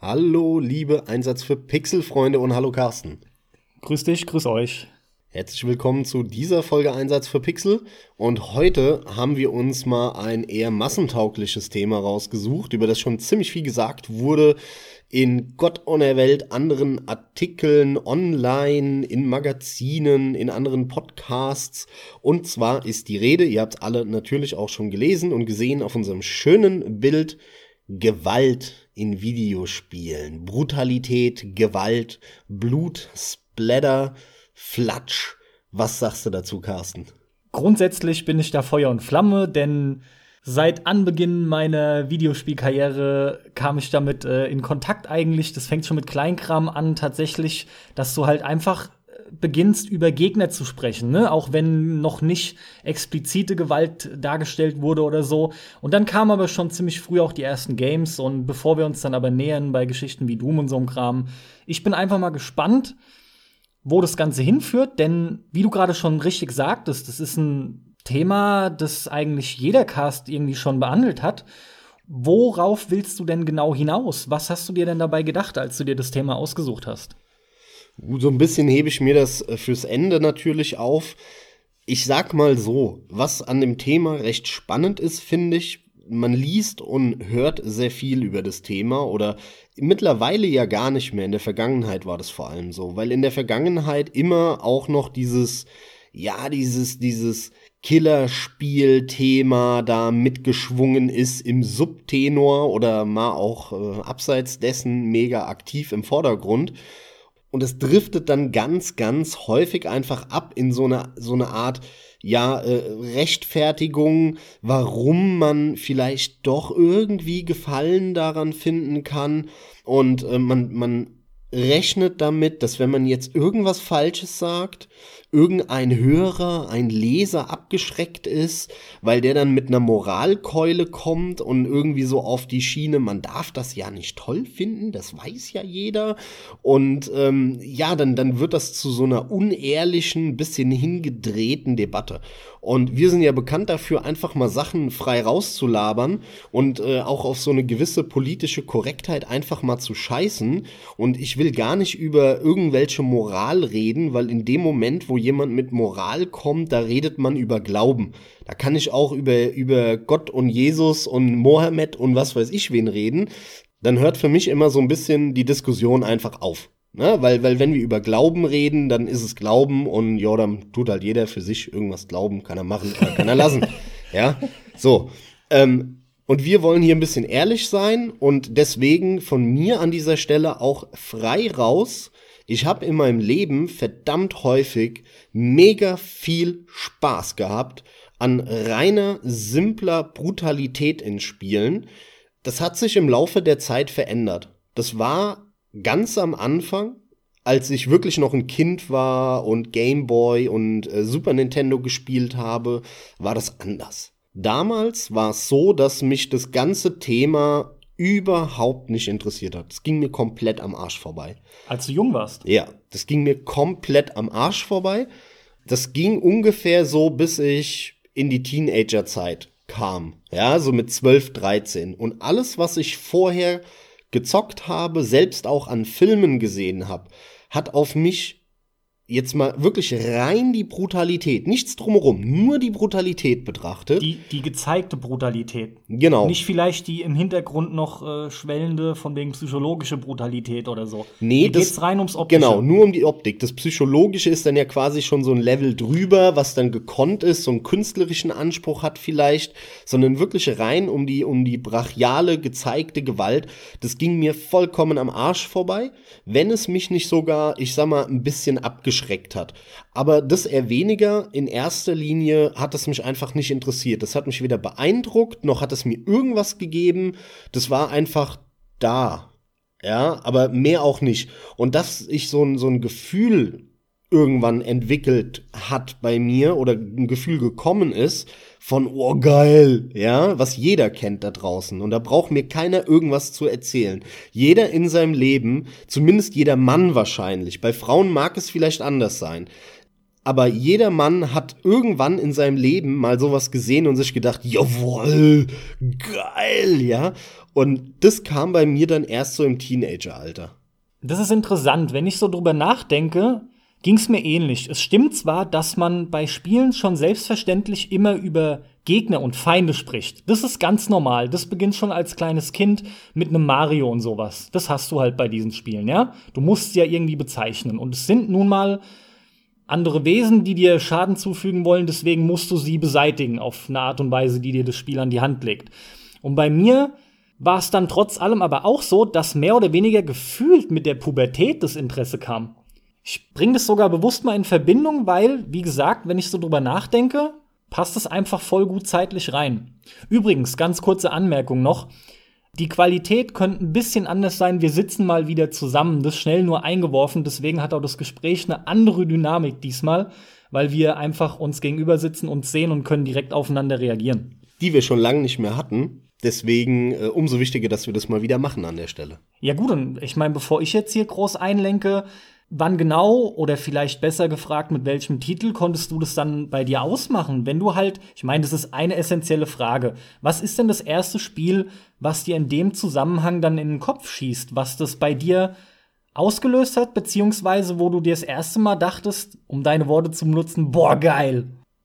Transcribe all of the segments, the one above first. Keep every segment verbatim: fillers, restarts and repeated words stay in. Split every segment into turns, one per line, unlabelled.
Hallo, liebe Einsatz für Pixel-Freunde und hallo Carsten.
Grüß dich, grüß euch.
Herzlich willkommen zu dieser Folge Einsatz für Pixel. Und heute haben wir uns mal ein eher massentaugliches Thema rausgesucht, über das schon ziemlich viel gesagt wurde in Gott und der Welt, anderen Artikeln, online, in Magazinen, in anderen Podcasts. Und zwar ist die Rede, ihr habt es alle natürlich auch schon gelesen und gesehen auf unserem schönen Bild, Gewalt in Videospielen. Brutalität, Gewalt, Blut, Splatter, Flatsch. Was sagst du dazu, Carsten?
Grundsätzlich bin ich da Feuer und Flamme, denn seit Anbeginn meiner Videospielkarriere kam ich damit äh, in Kontakt eigentlich. Das fängt schon mit Kleinkram an, tatsächlich, dass du halt einfach beginnst, über Gegner zu sprechen, ne? Auch wenn noch nicht explizite Gewalt dargestellt wurde oder so. Und dann kamen aber schon ziemlich früh auch die ersten Games. Und bevor wir uns dann aber nähern bei Geschichten wie Doom und so einem Kram, ich bin einfach mal gespannt, wo das Ganze hinführt. Denn, wie du gerade schon richtig sagtest, das ist ein Thema, das eigentlich jeder Cast irgendwie schon behandelt hat. Worauf willst du denn genau hinaus? Was hast du dir denn dabei gedacht, als du dir das Thema ausgesucht hast?
So ein bisschen hebe ich mir das fürs Ende natürlich auf. Ich sag mal so, was an dem Thema recht spannend ist, finde ich, man liest und hört sehr viel über das Thema oder mittlerweile ja gar nicht mehr. In der Vergangenheit war das vor allem so, weil in der Vergangenheit immer auch noch dieses, ja, dieses, dieses Killerspiel-Thema da mitgeschwungen ist im Subtenor oder mal auch äh, abseits dessen mega aktiv im Vordergrund. Und es driftet dann ganz, ganz häufig einfach ab in so eine, so eine Art, ja, äh, Rechtfertigung, warum man vielleicht doch irgendwie Gefallen daran finden kann. Und äh, man, man rechnet damit, dass wenn man jetzt irgendwas Falsches sagt, irgendein Hörer, ein Leser abgeschreckt ist, weil der dann mit einer Moralkeule kommt und irgendwie so auf die Schiene, man darf das ja nicht toll finden, das weiß ja jeder. Und ähm, ja, dann, dann wird das zu so einer unehrlichen, bisschen hingedrehten Debatte. Und wir sind ja bekannt dafür, einfach mal Sachen frei rauszulabern und äh, auch auf so eine gewisse politische Korrektheit einfach mal zu scheißen. Und ich will gar nicht über irgendwelche Moral reden, weil in dem Moment, wo jemand mit Moral kommt, da redet man über Glauben. Da kann ich auch über, über Gott und Jesus und Mohammed und was weiß ich wen reden. Dann hört für mich immer so ein bisschen die Diskussion einfach auf. Ne? Weil, weil wenn wir über Glauben reden, dann ist es Glauben und ja, dann tut halt jeder für sich irgendwas glauben, kann er machen oder kann er lassen. Ja, so. Ähm, und wir wollen hier ein bisschen ehrlich sein und deswegen von mir an dieser Stelle auch frei raus. Ich habe in meinem Leben verdammt häufig mega viel Spaß gehabt an reiner, simpler Brutalität in Spielen. Das hat sich im Laufe der Zeit verändert. Das war ganz am Anfang, als ich wirklich noch ein Kind war und Game Boy und äh, Super Nintendo gespielt habe, war das anders. Damals war es so, dass mich das ganze Thema überhaupt nicht interessiert hat. Das ging mir komplett am Arsch vorbei.
Als du jung warst?
Ja, das ging mir komplett am Arsch vorbei. Das ging ungefähr so, bis ich in die Teenagerzeit kam. Ja, so mit zwölf, dreizehn. Und alles, was ich vorher gezockt habe, selbst auch an Filmen gesehen habe, hat auf mich jetzt mal wirklich rein die Brutalität, nichts drumherum, nur die Brutalität betrachtet.
Die, die gezeigte Brutalität.
Genau.
Nicht vielleicht die im Hintergrund noch äh, schwellende, von wegen psychologische Brutalität oder so.
Nee,
Hier
das
geht's rein ums Optische.
Genau, nur um die Optik. Das Psychologische ist dann ja quasi schon so ein Level drüber, was dann gekonnt ist, so einen künstlerischen Anspruch hat vielleicht, sondern wirklich rein um die, um die brachiale, gezeigte Gewalt. Das ging mir vollkommen am Arsch vorbei, wenn es mich nicht sogar, ich sag mal, ein bisschen abgeschreckt hat. Aber das eher weniger. In erster Linie hat es mich einfach nicht interessiert. Das hat mich weder beeindruckt, noch hat es mir irgendwas gegeben. Das war einfach da. Ja, aber mehr auch nicht. Und dass ich so ein, so ein Gefühl irgendwann entwickelt hat bei mir oder ein Gefühl gekommen ist von, oh geil, ja, was jeder kennt da draußen. Und da braucht mir keiner irgendwas zu erzählen. Jeder in seinem Leben, zumindest jeder Mann wahrscheinlich, bei Frauen mag es vielleicht anders sein, aber jeder Mann hat irgendwann in seinem Leben mal sowas gesehen und sich gedacht, jawohl, geil, ja. Und das kam bei mir dann erst so im Teenageralter.
Das ist interessant. Wenn ich so drüber nachdenke, ging es mir ähnlich. Es stimmt zwar, dass man bei Spielen schon selbstverständlich immer über Gegner und Feinde spricht. Das ist ganz normal. Das beginnt schon als kleines Kind mit einem Mario und sowas. Das hast du halt bei diesen Spielen, ja? Du musst sie ja irgendwie bezeichnen. Und es sind nun mal andere Wesen, die dir Schaden zufügen wollen. Deswegen musst du sie beseitigen auf eine Art und Weise, die dir das Spiel an die Hand legt. Und bei mir war es dann trotz allem aber auch so, dass mehr oder weniger gefühlt mit der Pubertät das Interesse kam. Ich bringe das sogar bewusst mal in Verbindung, weil, wie gesagt, wenn ich so drüber nachdenke, passt es einfach voll gut zeitlich rein. Übrigens, ganz kurze Anmerkung noch. Die Qualität könnte ein bisschen anders sein. Wir sitzen mal wieder zusammen. Das schnell nur eingeworfen. Deswegen hat auch das Gespräch eine andere Dynamik diesmal, weil wir einfach uns gegenüber sitzen, uns sehen und können direkt aufeinander reagieren.
Die wir schon lange nicht mehr hatten. Deswegen äh, umso wichtiger, dass wir das mal wieder machen an der Stelle.
Ja gut, und ich meine, bevor ich jetzt hier groß einlenke, wann genau oder vielleicht besser gefragt, mit welchem Titel konntest du das dann bei dir ausmachen? Wenn du halt, ich meine, das ist eine essentielle Frage. Was ist denn das erste Spiel, was dir in dem Zusammenhang dann in den Kopf schießt, was das bei dir ausgelöst hat, beziehungsweise wo du dir das erste Mal dachtest, um deine Worte zu benutzen, boah, geil.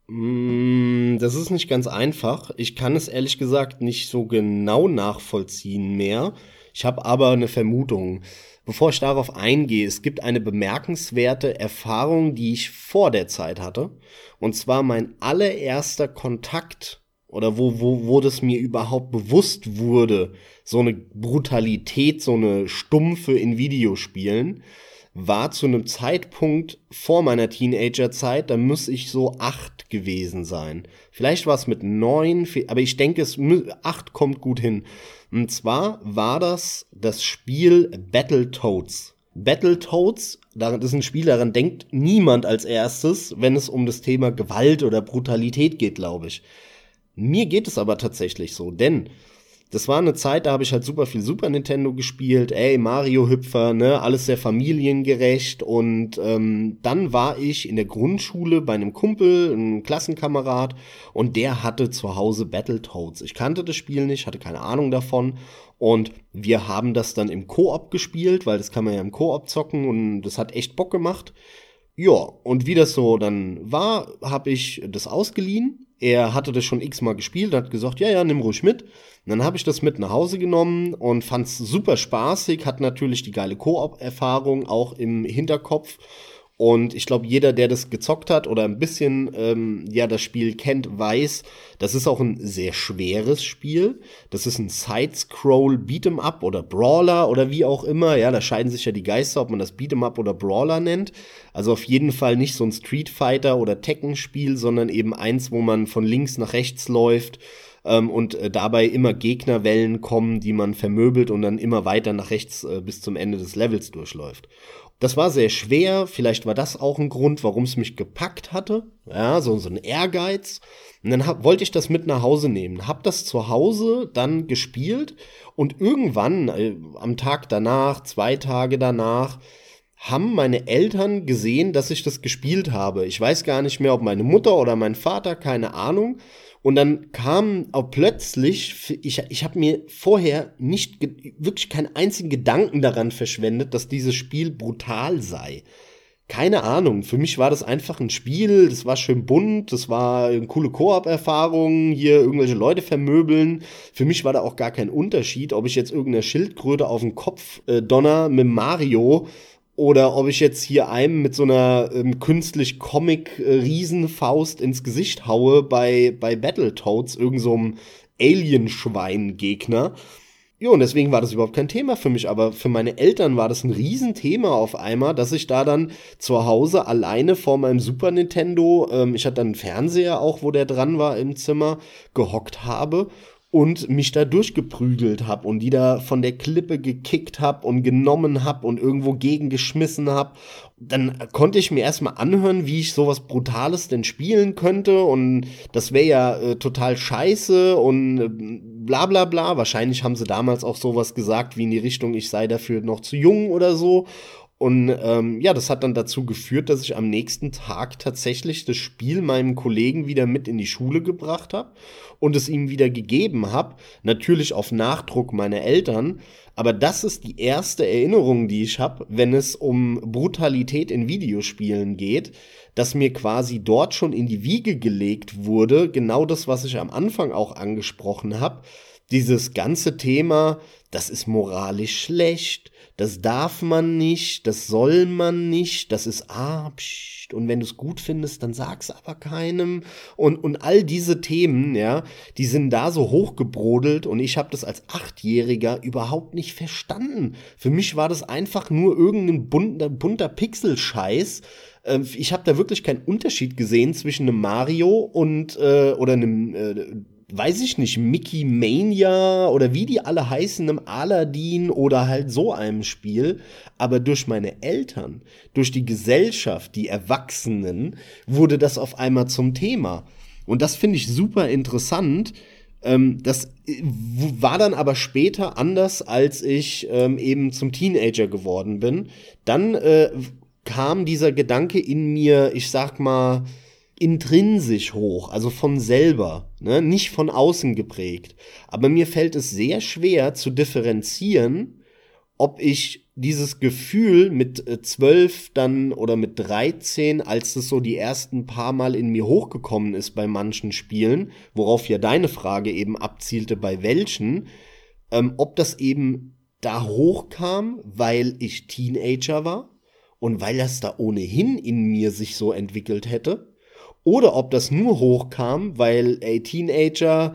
Das ist nicht ganz einfach. Ich kann es ehrlich gesagt nicht so genau nachvollziehen mehr. Ich habe aber eine Vermutung. Bevor ich darauf eingehe, es gibt eine bemerkenswerte Erfahrung, die ich vor der Zeit hatte. Und zwar mein allererster Kontakt, oder wo, wo, wo das mir überhaupt bewusst wurde, so eine Brutalität, so eine Stumpfe in Videospielen, war zu einem Zeitpunkt vor meiner Teenagerzeit, da muss ich so acht gewesen sein. Vielleicht war es mit neun, aber ich denke, es acht kommt gut hin. Und zwar war das das Spiel Battletoads. Battletoads, das ist ein Spiel, daran denkt niemand als erstes, wenn es um das Thema Gewalt oder Brutalität geht, glaube ich. Mir geht es aber tatsächlich so, denn das war eine Zeit, da habe ich halt super viel Super Nintendo gespielt, ey, Mario-Hüpfer, ne, alles sehr familiengerecht. Und ähm, dann war ich in der Grundschule bei einem Kumpel, einem Klassenkamerad, und der hatte zu Hause Battletoads. Ich kannte das Spiel nicht, hatte keine Ahnung davon. Und wir haben das dann im Koop gespielt, weil das kann man ja im Koop zocken und das hat echt Bock gemacht. Ja, und wie das so dann war, habe ich das ausgeliehen. Er hatte das schon x-mal gespielt, hat gesagt, ja, ja, nimm ruhig mit. Und dann habe ich das mit nach Hause genommen und fand's super spaßig, hat natürlich die geile Koop-Erfahrung auch im Hinterkopf. Und ich glaube, jeder, der das gezockt hat oder ein bisschen ähm, ja das Spiel kennt, weiß, das ist auch ein sehr schweres Spiel. Das ist ein Side-Scroll Beat'em-up oder Brawler oder wie auch immer. Ja, da scheiden sich ja die Geister, ob man das Beat'em-up oder Brawler nennt. Also auf jeden Fall nicht so ein Street Fighter oder Tekken-Spiel, sondern eben eins, wo man von links nach rechts läuft ähm, und äh, dabei immer Gegnerwellen kommen, die man vermöbelt und dann immer weiter nach rechts äh, bis zum Ende des Levels durchläuft. Das war sehr schwer, vielleicht war das auch ein Grund, warum es mich gepackt hatte, ja, so, so ein Ehrgeiz. Und dann hab, wollte ich das mit nach Hause nehmen, hab das zu Hause dann gespielt und irgendwann äh, am Tag danach, zwei Tage danach, haben meine Eltern gesehen, dass ich das gespielt habe. Ich weiß gar nicht mehr, ob meine Mutter oder mein Vater, keine Ahnung. Und dann kam auch plötzlich, ich, ich habe mir vorher nicht ge- wirklich keinen einzigen Gedanken daran verschwendet, dass dieses Spiel brutal sei. Keine Ahnung, für mich war das einfach ein Spiel, das war schön bunt, das war eine coole Koop-Erfahrung, hier irgendwelche Leute vermöbeln. Für mich war da auch gar kein Unterschied, ob ich jetzt irgendeine Schildkröte auf den Kopf äh, donner mit Mario oder ob ich jetzt hier einem mit so einer ähm, künstlich Comic-Riesenfaust ins Gesicht haue bei, bei Battletoads, irgend so einem Alienschwein-Gegner. Ja, und deswegen war das überhaupt kein Thema für mich, aber für meine Eltern war das ein Riesenthema auf einmal, dass ich da dann zu Hause alleine vor meinem Super Nintendo, ähm, ich hatte dann einen Fernseher auch, wo der dran war im Zimmer, gehockt habe und mich da durchgeprügelt hab und die da von der Klippe gekickt hab und genommen hab und irgendwo gegengeschmissen hab. Dann konnte ich mir erstmal anhören, wie ich sowas Brutales denn spielen könnte und das wäre ja äh, total scheiße und äh, bla bla bla. Wahrscheinlich haben sie damals auch sowas gesagt wie in die Richtung, ich sei dafür noch zu jung oder so. Und ähm, ja, das hat dann dazu geführt, dass ich am nächsten Tag tatsächlich das Spiel meinem Kollegen wieder mit in die Schule gebracht habe und es ihm wieder gegeben habe. Natürlich auf Nachdruck meiner Eltern. Aber das ist die erste Erinnerung, die ich habe, wenn es um Brutalität in Videospielen geht, dass mir quasi dort schon in die Wiege gelegt wurde, genau das, was ich am Anfang auch angesprochen habe. Dieses ganze Thema, das ist moralisch schlecht, das darf man nicht, das soll man nicht, das ist ah, pst, und wenn du es gut findest, dann sag's aber keinem. Und, und all diese Themen, ja, die sind da so hochgebrodelt und ich habe das als Achtjähriger überhaupt nicht verstanden. Für mich war das einfach nur irgendein bunter, bunter Pixelscheiß. Äh, ich habe da wirklich keinen Unterschied gesehen zwischen einem Mario und äh, oder einem äh, weiß ich nicht, Mickey Mania oder wie die alle heißen, einem Aladdin oder halt so einem Spiel. Aber durch meine Eltern, durch die Gesellschaft, die Erwachsenen, wurde das auf einmal zum Thema. Und das finde ich super interessant. Ähm, das war dann aber später anders, als ich ähm, eben zum Teenager geworden bin. Dann äh, kam dieser Gedanke in mir, ich sag mal, intrinsisch hoch, also von selber, ne? Nicht von außen geprägt. Aber mir fällt es sehr schwer zu differenzieren, ob ich dieses Gefühl mit zwölf dann oder mit dreizehn, als es so die ersten paar Mal in mir hochgekommen ist bei manchen Spielen, worauf ja deine Frage eben abzielte, bei welchen, ähm, ob das eben da hochkam, weil ich Teenager war und weil das da ohnehin in mir sich so entwickelt hätte. Oder ob das nur hochkam, weil, ey, Teenager,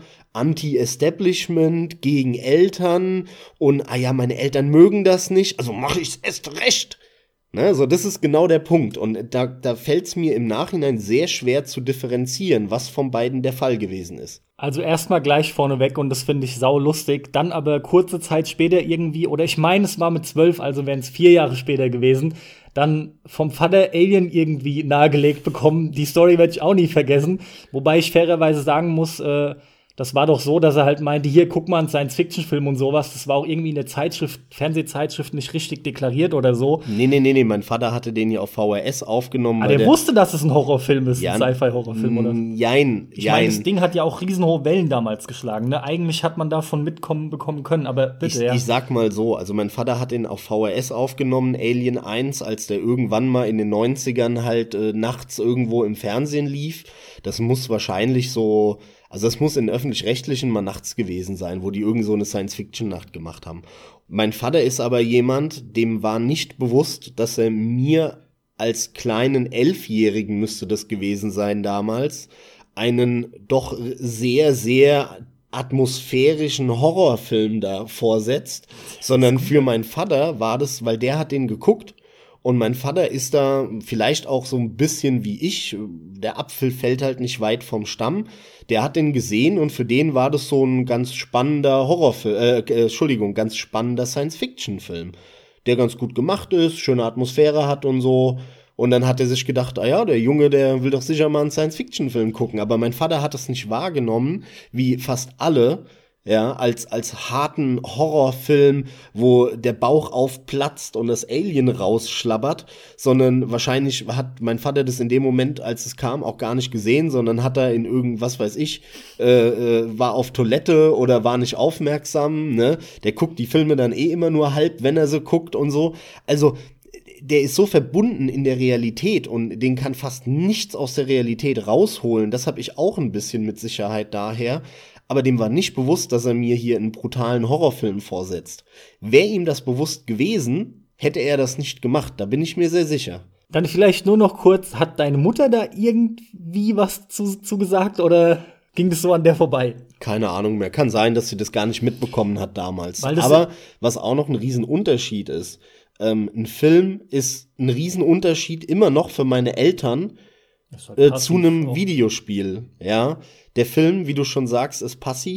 Anti-Establishment, gegen Eltern und, ah ja, meine Eltern mögen das nicht, also mache ich's erst recht. Ne, so, das ist genau der Punkt. Und da, da fällt's mir im Nachhinein sehr schwer zu differenzieren, was von beiden der Fall gewesen ist.
Also erstmal gleich vorneweg und das finde ich sau lustig. Dann aber kurze Zeit später irgendwie, oder ich meine, es war mit zwölf, also wären es vier Jahre später gewesen, dann vom Vater Alien irgendwie nahegelegt bekommen. Die Story werde ich auch nie vergessen. Wobei ich fairerweise sagen muss, äh, das war doch so, dass er halt meinte, hier, guck mal, ein Science-Fiction-Film und sowas. Das war auch irgendwie in der Zeitschrift, Fernsehzeitschrift nicht richtig deklariert oder so.
Nee, nee, nee, nee, mein Vater hatte den ja auf V H S aufgenommen.
Ah, der, der wusste, dass es ein Horrorfilm ist,
ja,
ein Sci-Fi-Horrorfilm, oder?
Jein,
Ich meine, das Ding hat ja auch riesenhohe Wellen damals geschlagen, ne? Eigentlich hat man davon mitkommen bekommen können, aber bitte,
ich,
ja.
Ich sag mal so, also mein Vater hat den auf V H S aufgenommen, Alien eins, als der irgendwann mal in den neunzigern halt äh, nachts irgendwo im Fernsehen lief. Das muss wahrscheinlich so, also das muss in öffentlich-rechtlichen mal nachts gewesen sein, wo die irgend so eine Science-Fiction-Nacht gemacht haben. Mein Vater ist aber jemand, dem war nicht bewusst, dass er mir als kleinen Elfjährigen, müsste das gewesen sein damals, einen doch sehr, sehr atmosphärischen Horrorfilm da vorsetzt, sondern für meinen Vater war das, weil der hat den geguckt. Und mein Vater ist da vielleicht auch so ein bisschen wie ich, der Apfel fällt halt nicht weit vom Stamm, der hat den gesehen und für den war das so ein ganz spannender Horrorfilm, äh, äh, Entschuldigung, ganz spannender Science-Fiction-Film, der ganz gut gemacht ist, schöne Atmosphäre hat und so. Und dann hat er sich gedacht, ah ja, der Junge, der will doch sicher mal einen Science-Fiction-Film gucken. Aber mein Vater hat das nicht wahrgenommen, wie fast alle, ja, als, als harten Horrorfilm, wo der Bauch aufplatzt und das Alien rausschlabbert, sondern wahrscheinlich hat mein Vater das in dem Moment, als es kam, auch gar nicht gesehen, sondern hat er in irgendwas, weiß ich, äh, äh, war auf Toilette oder war nicht aufmerksam, ne? Der guckt die Filme dann eh immer nur halb, wenn er sie guckt und so. Also, der ist so verbunden in der Realität und den kann fast nichts aus der Realität rausholen. Das habe ich auch ein bisschen mit Sicherheit daher. Aber dem war nicht bewusst, dass er mir hier einen brutalen Horrorfilm vorsetzt. Wäre ihm das bewusst gewesen, hätte er das nicht gemacht. Da bin ich mir sehr sicher.
Dann vielleicht nur noch kurz, hat deine Mutter da irgendwie was zu, zu gesagt oder ging das so an der vorbei?
Keine Ahnung mehr. Kann sein, dass sie das gar nicht mitbekommen hat damals.
Weil das
Aber was auch noch ein Riesenunterschied ist, ähm, ein Film ist ein Riesenunterschied immer noch für meine Eltern äh, zu einem Videospiel, ja. Der Film, wie du schon sagst, ist passiv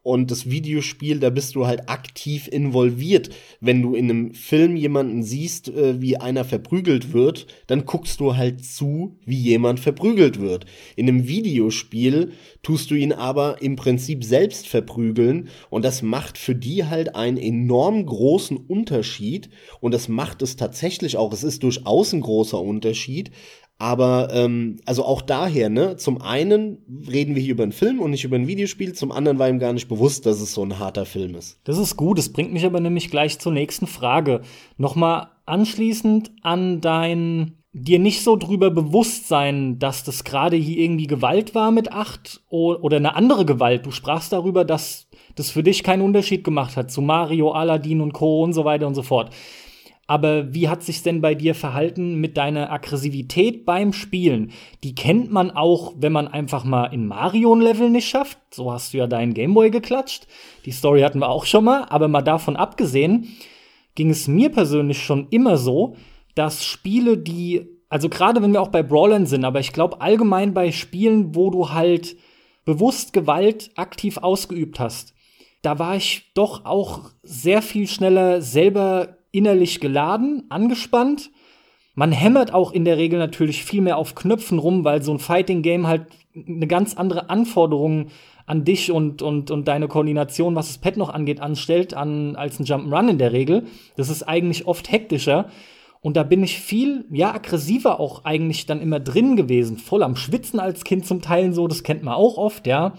Und das Videospiel, da bist du halt aktiv involviert. Wenn du in einem Film jemanden siehst, äh, wie einer verprügelt wird, dann guckst du halt zu, wie jemand verprügelt wird. In einem Videospiel tust du ihn aber im Prinzip selbst verprügeln. Und das macht für die halt einen enorm großen Unterschied. Und das macht es tatsächlich auch. Es ist durchaus ein großer Unterschied. Aber, ähm, also auch daher, ne, zum einen reden wir hier über einen Film und nicht über ein Videospiel, zum anderen war ihm gar nicht bewusst, dass es so ein harter Film ist.
Das ist gut, das bringt mich aber nämlich gleich zur nächsten Frage. Nochmal anschließend an dein dir nicht so drüber bewusst sein, dass das gerade hier irgendwie Gewalt war mit acht oder eine andere Gewalt. Du sprachst darüber, dass das für dich keinen Unterschied gemacht hat zu Mario, Aladdin und Co. und so weiter und so fort. Aber wie hat sich's denn bei dir verhalten mit deiner Aggressivität beim Spielen? Die kennt man auch, wenn man einfach mal in Mario ein Level nicht schafft. So hast du ja deinen Gameboy geklatscht. Die Story hatten wir auch schon mal. Aber mal davon abgesehen, ging es mir persönlich schon immer so, dass Spiele, die, also gerade wenn wir auch bei Brawlern sind, aber ich glaube allgemein bei Spielen, wo du halt bewusst Gewalt aktiv ausgeübt hast, da war ich doch auch sehr viel schneller selber innerlich geladen, angespannt. Man hämmert auch in der Regel natürlich viel mehr auf Knöpfen rum, weil so ein Fighting-Game halt eine ganz andere Anforderung an dich und, und, und deine Koordination, was das Pad noch angeht, anstellt, an, als ein Jump'n'Run in der Regel. Das ist eigentlich oft hektischer. Und da bin ich viel, ja, aggressiver auch eigentlich dann immer drin gewesen. Voll am Schwitzen als Kind zum Teil so, das kennt man auch oft, ja.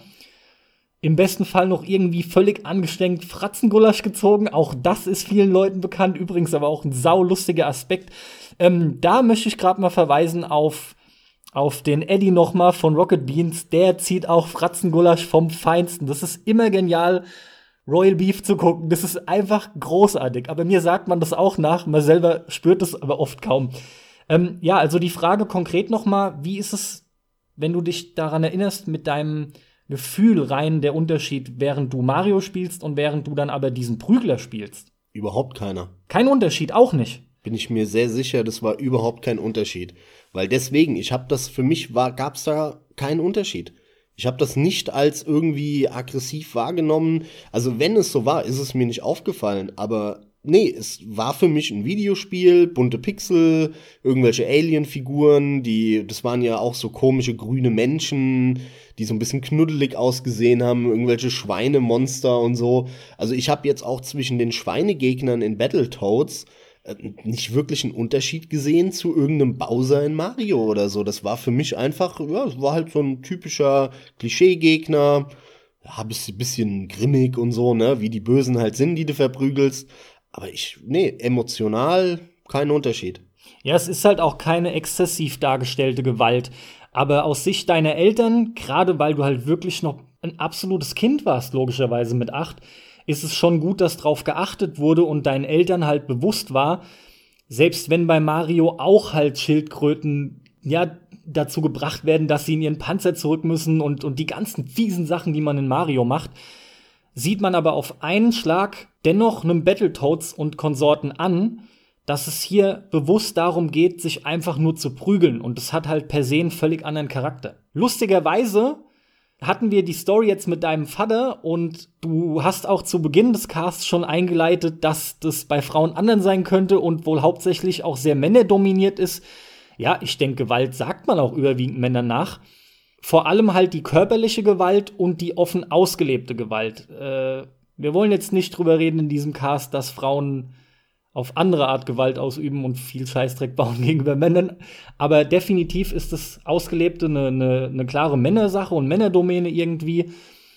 Im besten Fall noch irgendwie völlig angestrengt Fratzengulasch gezogen. Auch das ist vielen Leuten bekannt. Übrigens aber auch ein saulustiger Aspekt. Ähm, da möchte ich gerade mal verweisen auf, auf den Eddie noch mal von Rocket Beans. Der zieht auch Fratzengulasch vom Feinsten. Das ist immer genial, Royal Beef zu gucken. Das ist einfach großartig. Aber mir sagt man das auch nach. Man selber spürt es aber oft kaum. Ähm, ja, also die Frage konkret noch mal, wie ist es, wenn du dich daran erinnerst, mit deinem Gefühl rein der Unterschied, während du Mario spielst und während du dann aber diesen Prügler spielst?
Überhaupt keiner.
Kein Unterschied, auch nicht.
Bin ich mir sehr sicher, das war überhaupt kein Unterschied. Weil deswegen, ich habe das, für mich war, gab's da keinen Unterschied. Ich habe das nicht als irgendwie aggressiv wahrgenommen. Also wenn es so war, ist es mir nicht aufgefallen. Aber nee, es war für mich ein Videospiel, bunte Pixel, irgendwelche Alien-Figuren, die, das waren ja auch so komische grüne Menschen, die so ein bisschen knuddelig ausgesehen haben, irgendwelche Schweinemonster und so. Also ich habe jetzt auch zwischen den Schweinegegnern in Battletoads äh, nicht wirklich einen Unterschied gesehen zu irgendeinem Bowser in Mario oder so. Das war für mich einfach, ja, es war halt so ein typischer Klischee-Gegner, ja, bisschen, bisschen grimmig und so, ne, wie die Bösen halt sind, die du verprügelst. Aber ich, nee, emotional kein Unterschied.
Ja, es ist halt auch keine exzessiv dargestellte Gewalt. Aber aus Sicht deiner Eltern, gerade weil du halt wirklich noch ein absolutes Kind warst, logischerweise mit acht, ist es schon gut, dass drauf geachtet wurde und deinen Eltern halt bewusst war, selbst wenn bei Mario auch halt Schildkröten, ja, dazu gebracht werden, dass sie in ihren Panzer zurück müssen und, und die ganzen fiesen Sachen, die man in Mario macht, sieht man aber auf einen Schlag dennoch einem Battletoads und Konsorten an, dass es hier bewusst darum geht, sich einfach nur zu prügeln. Und das hat halt per se einen völlig anderen Charakter. Lustigerweise hatten wir die Story jetzt mit deinem Vater und du hast auch zu Beginn des Casts schon eingeleitet, dass das bei Frauen anderen sein könnte und wohl hauptsächlich auch sehr männerdominiert ist. Ja, ich denke, Gewalt sagt man auch überwiegend Männern nach. Vor allem halt die körperliche Gewalt und die offen ausgelebte Gewalt. Äh, wir wollen jetzt nicht drüber reden in diesem Cast, dass Frauen auf andere Art Gewalt ausüben und viel Scheißdreck bauen gegenüber Männern. Aber definitiv ist das Ausgelebte eine, eine, eine klare Männersache und Männerdomäne irgendwie.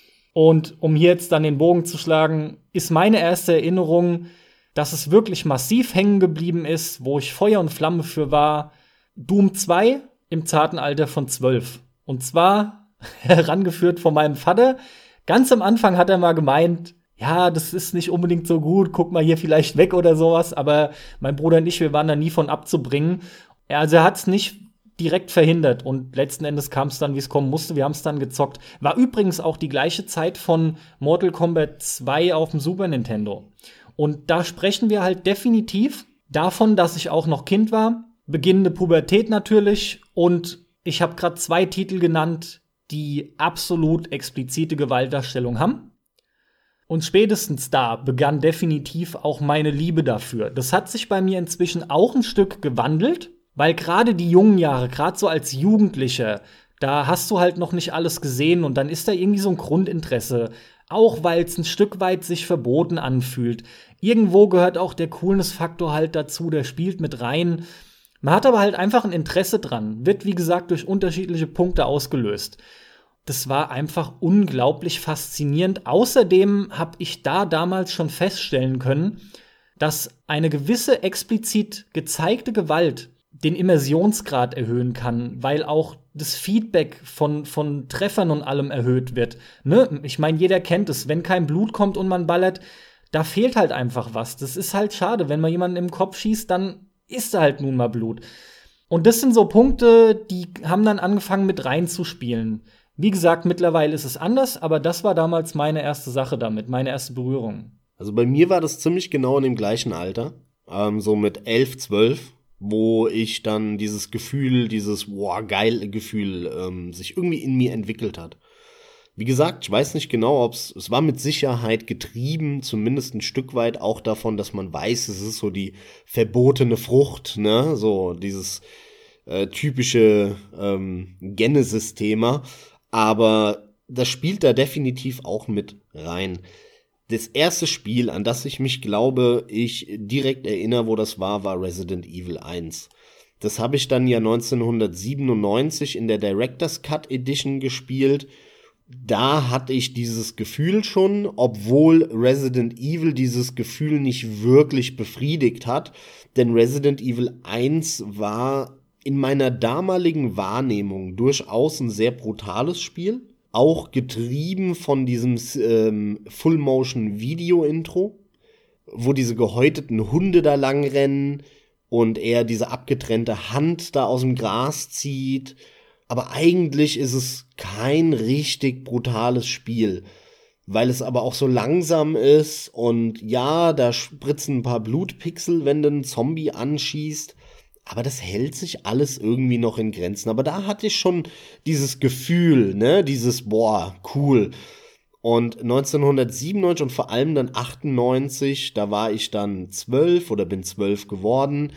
Und um hier jetzt dann den Bogen zu schlagen, ist meine erste Erinnerung, dass es wirklich massiv hängen geblieben ist, wo ich Feuer und Flamme für war, Doom zwei im zarten Alter von zwölf. Und zwar herangeführt von meinem Vater. Ganz am Anfang hat er mal gemeint, ja, das ist nicht unbedingt so gut, guck mal hier vielleicht weg oder sowas. Aber mein Bruder und ich, wir waren da nie von abzubringen. Also er hat es nicht direkt verhindert. Und letzten Endes kam es dann, wie es kommen musste. Wir haben es dann gezockt. War übrigens auch die gleiche Zeit von Mortal Kombat zwei auf dem Super Nintendo. Und da sprechen wir halt definitiv davon, dass ich auch noch Kind war. Beginnende Pubertät natürlich. Und ich habe gerade zwei Titel genannt, die absolut explizite Gewaltdarstellung haben. Und spätestens da begann definitiv auch meine Liebe dafür. Das hat sich bei mir inzwischen auch ein Stück gewandelt, weil gerade die jungen Jahre, gerade so als Jugendlicher, da hast du halt noch nicht alles gesehen und dann ist da irgendwie so ein Grundinteresse. Auch weil es ein Stück weit sich verboten anfühlt. Irgendwo gehört auch der Coolness-Faktor halt dazu, der spielt mit rein. Man hat aber halt einfach ein Interesse dran. Wird, wie gesagt, durch unterschiedliche Punkte ausgelöst. Das war einfach unglaublich faszinierend. Außerdem habe ich da damals schon feststellen können, dass eine gewisse explizit gezeigte Gewalt den Immersionsgrad erhöhen kann, weil auch das Feedback von, von Treffern und allem erhöht wird. Ne? Ich meine, jeder kennt es. Wenn kein Blut kommt und man ballert, da fehlt halt einfach was. Das ist halt schade. Wenn man jemanden im Kopf schießt, dann ist da halt nun mal Blut. Und das sind so Punkte, die haben dann angefangen mit reinzuspielen. Wie gesagt, mittlerweile ist es anders, aber das war damals meine erste Sache damit, meine erste Berührung.
Also bei mir war das ziemlich genau in dem gleichen Alter, ähm, so mit elf, zwölf, wo ich dann dieses Gefühl, dieses boah, geil Gefühl ähm, sich irgendwie in mir entwickelt hat. Wie gesagt, ich weiß nicht genau, ob es, es war mit Sicherheit getrieben, zumindest ein Stück weit auch davon, dass man weiß, es ist so die verbotene Frucht, ne, so dieses äh, typische ähm, Genesis-Thema. Aber das spielt da definitiv auch mit rein. Das erste Spiel, an das ich mich glaube, ich direkt erinnere, wo das war, war Resident Evil eins. Das habe ich dann ja neunzehnhundertsiebenundneunzig in der Director's Cut Edition gespielt. Da hatte ich dieses Gefühl schon, obwohl Resident Evil dieses Gefühl nicht wirklich befriedigt hat. Denn Resident Evil eins war in meiner damaligen Wahrnehmung durchaus ein sehr brutales Spiel. Auch getrieben von diesem ähm, Full-Motion-Video-Intro, wo diese gehäuteten Hunde da langrennen und er diese abgetrennte Hand da aus dem Gras zieht. Aber eigentlich ist es kein richtig brutales Spiel, weil es aber auch so langsam ist und ja, da spritzen ein paar Blutpixel, wenn du einen Zombie anschießt. Aber das hält sich alles irgendwie noch in Grenzen. Aber da hatte ich schon dieses Gefühl, ne, dieses, boah, cool. Und neunzehnhundertsiebenundneunzig und vor allem dann achtundneunzig, da war ich dann zwölf oder bin zwölf geworden.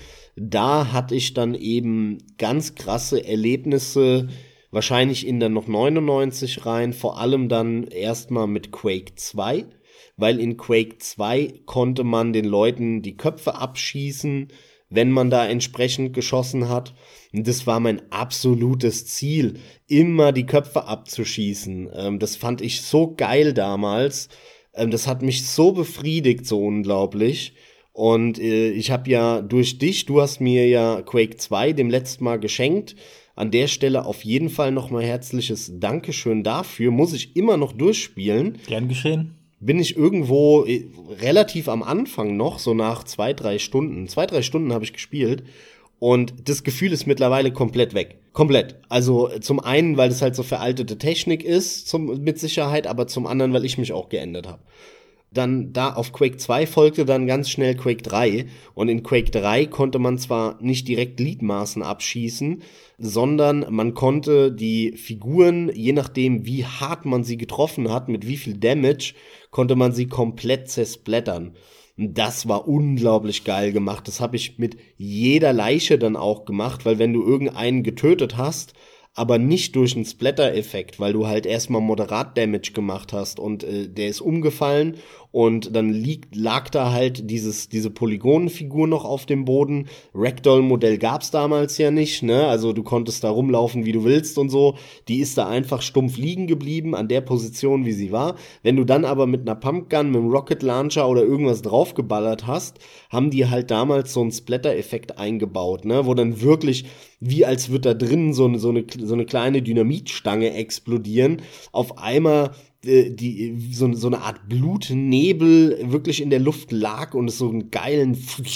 Da hatte ich dann eben ganz krasse Erlebnisse, wahrscheinlich in dann noch neunundneunzig rein, vor allem dann erstmal mit Quake zwei, weil in Quake zwei konnte man den Leuten die Köpfe abschießen, wenn man da entsprechend geschossen hat. Und das war mein absolutes Ziel, immer die Köpfe abzuschießen. Ähm, das fand ich so geil damals. Ähm, das hat mich so befriedigt, so unglaublich. Und äh, ich habe ja durch dich, du hast mir ja Quake zwei dem letzten Mal geschenkt. An der Stelle auf jeden Fall nochmal herzliches Dankeschön dafür. Muss ich immer noch durchspielen.
Gern geschehen.
Bin ich irgendwo relativ am Anfang noch, so nach zwei, drei Stunden. Zwei, drei Stunden habe ich gespielt und das Gefühl ist mittlerweile komplett weg. Komplett. Also zum einen, weil es halt so veraltete Technik ist, zum, mit Sicherheit, aber zum anderen, weil ich mich auch geändert habe. Dann da auf Quake zwei folgte dann ganz schnell Quake drei und in Quake drei konnte man zwar nicht direkt Gliedmaßen abschießen, sondern man konnte die Figuren, je nachdem wie hart man sie getroffen hat, mit wie viel Damage, konnte man sie komplett zersplattern. Und das war unglaublich geil gemacht. Das habe ich mit jeder Leiche dann auch gemacht, weil wenn du irgendeinen getötet hast, aber nicht durch einen Splatter-Effekt, weil du halt erstmal moderat Damage gemacht hast und äh, der ist umgefallen und dann liegt, lag da halt dieses, diese Polygonenfigur noch auf dem Boden. Ragdoll-Modell gab's damals ja nicht, ne? Also du konntest da rumlaufen, wie du willst und so. Die ist da einfach stumpf liegen geblieben, an der Position, wie sie war. Wenn du dann aber mit einer Pumpgun, mit einem Rocket Launcher oder irgendwas draufgeballert hast, haben die halt damals so einen Splatter-Effekt eingebaut, ne? Wo dann wirklich, wie als wird da drin so eine, so eine, so eine kleine Dynamitstange explodieren, auf einmal äh, die, so, so eine Art Blutnebel wirklich in der Luft lag und es so einen geilen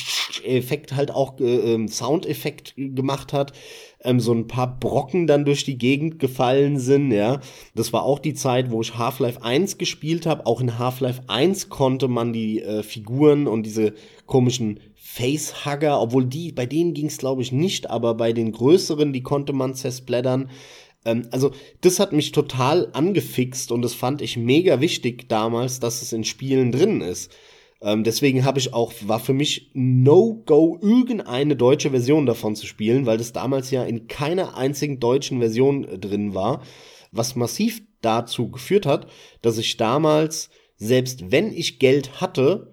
Effekt halt auch, äh, Soundeffekt gemacht hat, ähm, so ein paar Brocken dann durch die Gegend gefallen sind, ja. Das war auch die Zeit, wo ich Half-Life eins gespielt habe. Auch in Half-Life eins konnte man die äh, Figuren und diese komischen Facehugger, obwohl die, bei denen ging es glaube ich nicht, aber bei den größeren, die konnte man zersplattern. Ähm, also das hat mich total angefixt und das fand ich mega wichtig damals, dass es in Spielen drin ist. Ähm, deswegen habe ich auch, war für mich No-Go, irgendeine deutsche Version davon zu spielen, weil das damals ja in keiner einzigen deutschen Version äh, drin war, was massiv dazu geführt hat, dass ich damals, selbst wenn ich Geld hatte,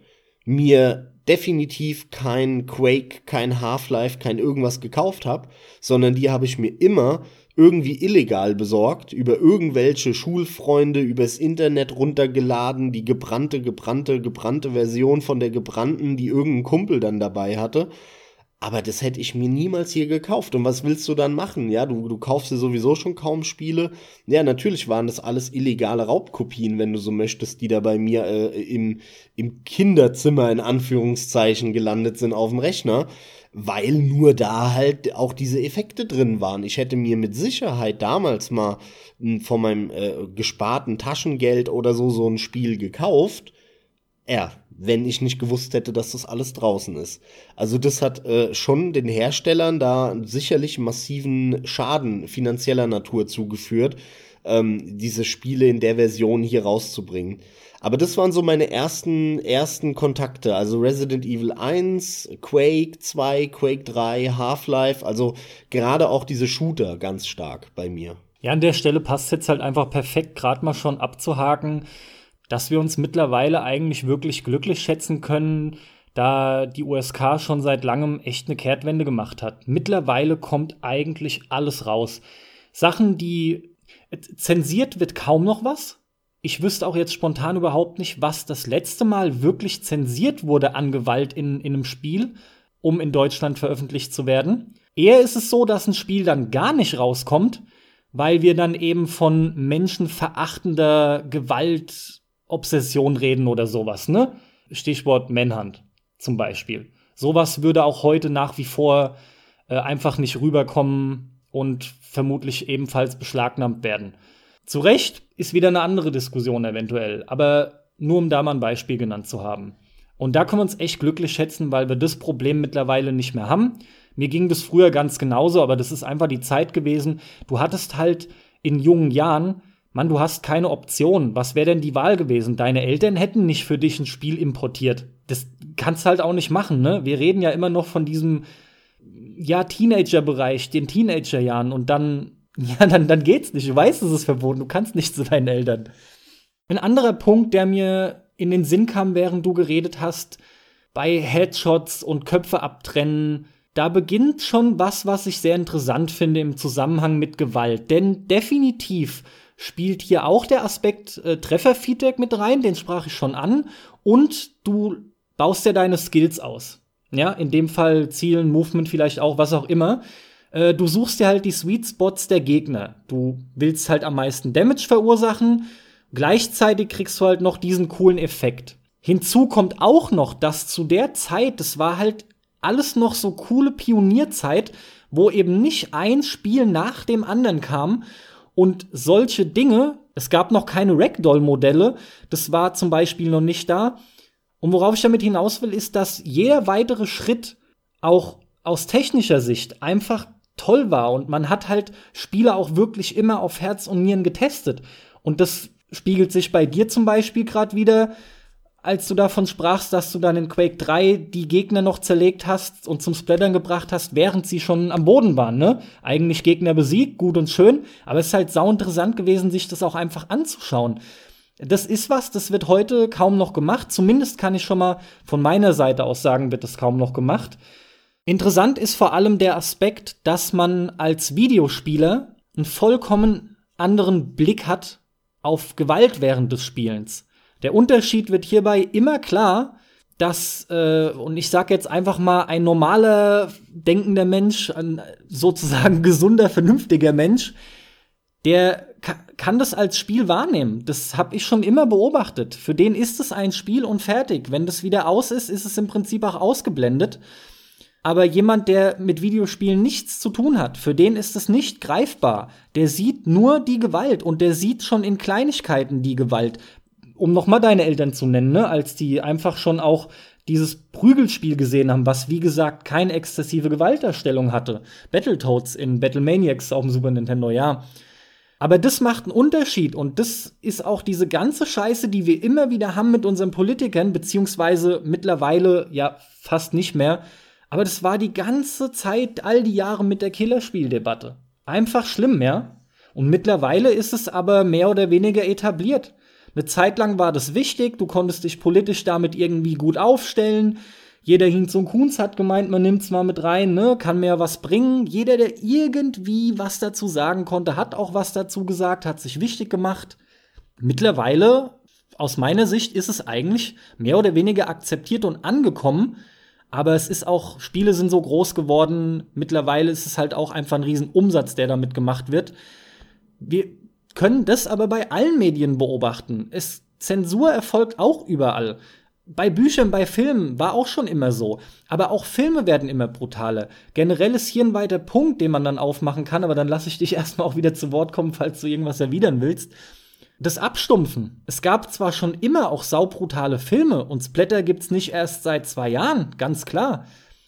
mir definitiv kein Quake, kein Half-Life, kein irgendwas gekauft habe, sondern die habe ich mir immer irgendwie illegal besorgt, über irgendwelche Schulfreunde, übers Internet runtergeladen, die gebrannte, gebrannte, gebrannte Version von der gebrannten, die irgendein Kumpel dann dabei hatte. Aber das hätte ich mir niemals hier gekauft. Und was willst du dann machen? Ja, du, du kaufst dir sowieso schon kaum Spiele. Ja, natürlich waren das alles illegale Raubkopien, wenn du so möchtest, die da bei mir äh, im, im Kinderzimmer in Anführungszeichen gelandet sind auf dem Rechner. Weil nur da halt auch diese Effekte drin waren. Ich hätte mir mit Sicherheit damals mal von meinem äh, gesparten Taschengeld oder so so ein Spiel gekauft. Ja, wenn ich nicht gewusst hätte, dass das alles draußen ist. Also das hat äh, schon den Herstellern da sicherlich massiven Schaden finanzieller Natur zugeführt, ähm, diese Spiele in der Version hier rauszubringen. Aber das waren so meine ersten, ersten Kontakte. Also Resident Evil eins, Quake zwei, Quake drei, Half-Life. Also gerade auch diese Shooter ganz stark bei mir.
Ja, an der Stelle passt jetzt halt einfach perfekt, gerade mal schon abzuhaken, dass wir uns mittlerweile eigentlich wirklich glücklich schätzen können, da die U S K schon seit langem echt eine Kehrtwende gemacht hat. Mittlerweile kommt eigentlich alles raus. Sachen, die zensiert wird kaum noch was. Ich wüsste auch jetzt spontan überhaupt nicht, was das letzte Mal wirklich zensiert wurde an Gewalt in, in einem Spiel, um in Deutschland veröffentlicht zu werden. Eher ist es so, dass ein Spiel dann gar nicht rauskommt, weil wir dann eben von menschenverachtender Gewaltobsession reden oder sowas, ne? Stichwort Manhunt zum Beispiel. Sowas würde auch heute nach wie vor äh, einfach nicht rüberkommen und vermutlich ebenfalls beschlagnahmt werden. Zu Recht ist wieder eine andere Diskussion eventuell, aber nur um da mal ein Beispiel genannt zu haben. Und da können wir uns echt glücklich schätzen, weil wir das Problem mittlerweile nicht mehr haben. Mir ging das früher ganz genauso, aber das ist einfach die Zeit gewesen. Du hattest halt in jungen Jahren, Mann, du hast keine Option. Was wäre denn die Wahl gewesen? Deine Eltern hätten nicht für dich ein Spiel importiert. Das kannst du halt auch nicht machen, ne? Wir reden ja immer noch von diesem, ja, Teenager-Bereich, den Teenagerjahren und dann Ja, dann, dann geht's nicht. Du weißt, es ist verboten. Du kannst nicht zu deinen Eltern. Ein anderer Punkt, der mir in den Sinn kam, während du geredet hast, bei Headshots und Köpfe abtrennen, da beginnt schon was, was ich sehr interessant finde im Zusammenhang mit Gewalt. Denn definitiv spielt hier auch der Aspekt äh, Trefferfeedback mit rein, den sprach ich schon an. Und du baust ja deine Skills aus. Ja, in dem Fall Zielen, Movement vielleicht auch, was auch immer. Du suchst dir halt die Sweet Spots der Gegner. Du willst halt am meisten Damage verursachen. Gleichzeitig kriegst du halt noch diesen coolen Effekt. Hinzu kommt auch noch, dass zu der Zeit, das war halt alles noch so coole Pionierzeit, wo eben nicht ein Spiel nach dem anderen kam. Und solche Dinge, es gab noch keine Ragdoll-Modelle, das war zum Beispiel noch nicht da. Und worauf ich damit hinaus will, ist, dass jeder weitere Schritt auch aus technischer Sicht einfach toll war und man hat halt Spiele auch wirklich immer auf Herz und Nieren getestet. Und das spiegelt sich bei dir zum Beispiel gerade wieder, als du davon sprachst, dass du dann in Quake drei die Gegner noch zerlegt hast und zum Splattern gebracht hast, während sie schon am Boden waren, ne? Eigentlich Gegner besiegt, gut und schön, aber es ist halt sauinteressant gewesen, sich das auch einfach anzuschauen. Das ist was, das wird heute kaum noch gemacht. Zumindest kann ich schon mal von meiner Seite aus sagen, wird das kaum noch gemacht. Interessant ist vor allem der Aspekt, dass man als Videospieler einen vollkommen anderen Blick hat auf Gewalt während des Spielens. Der Unterschied wird hierbei immer klar, dass, äh, und ich sag jetzt einfach mal, ein normaler, denkender Mensch, ein sozusagen gesunder, vernünftiger Mensch, der ka- kann das als Spiel wahrnehmen. Das habe ich schon immer beobachtet. Für den ist es ein Spiel und fertig. Wenn das wieder aus ist, ist es im Prinzip auch ausgeblendet. Aber jemand, der mit Videospielen nichts zu tun hat, für den ist es nicht greifbar. Der sieht nur die Gewalt und der sieht schon in Kleinigkeiten die Gewalt. Um noch mal deine Eltern zu nennen, ne? Als die einfach schon auch dieses Prügelspiel gesehen haben, was wie gesagt keine exzessive Gewaltdarstellung hatte. Battletoads in Battlemaniacs auf dem Super Nintendo, ja. Aber das macht einen Unterschied und das ist auch diese ganze Scheiße, die wir immer wieder haben mit unseren Politikern, beziehungsweise mittlerweile ja fast nicht mehr. Aber das war die ganze Zeit, all die Jahre mit der Killerspieldebatte. Einfach schlimm, ja? Und mittlerweile ist es aber mehr oder weniger etabliert. Eine Zeit lang war das wichtig, du konntest dich politisch damit irgendwie gut aufstellen. Jeder Hinz und Kunz hat gemeint, man nimmt's mal mit rein, ne, kann mir was bringen. Jeder, der irgendwie was dazu sagen konnte, hat auch was dazu gesagt, hat sich wichtig gemacht. Mittlerweile, aus meiner Sicht, ist es eigentlich mehr oder weniger akzeptiert und angekommen. Aber es ist auch, Spiele sind so groß geworden, mittlerweile ist es halt auch einfach ein Riesenumsatz, der damit gemacht wird. Wir können das aber bei allen Medien beobachten. Es, Zensur erfolgt auch überall. Bei Büchern, bei Filmen war auch schon immer so. Aber auch Filme werden immer brutaler. Generell ist hier ein weiter Punkt, den man dann aufmachen kann, aber dann lasse ich dich erstmal auch wieder zu Wort kommen, falls du irgendwas erwidern willst. Das Abstumpfen. Es gab zwar schon immer auch saubrutale Filme und Splatter gibt's nicht erst seit zwei Jahren, ganz klar.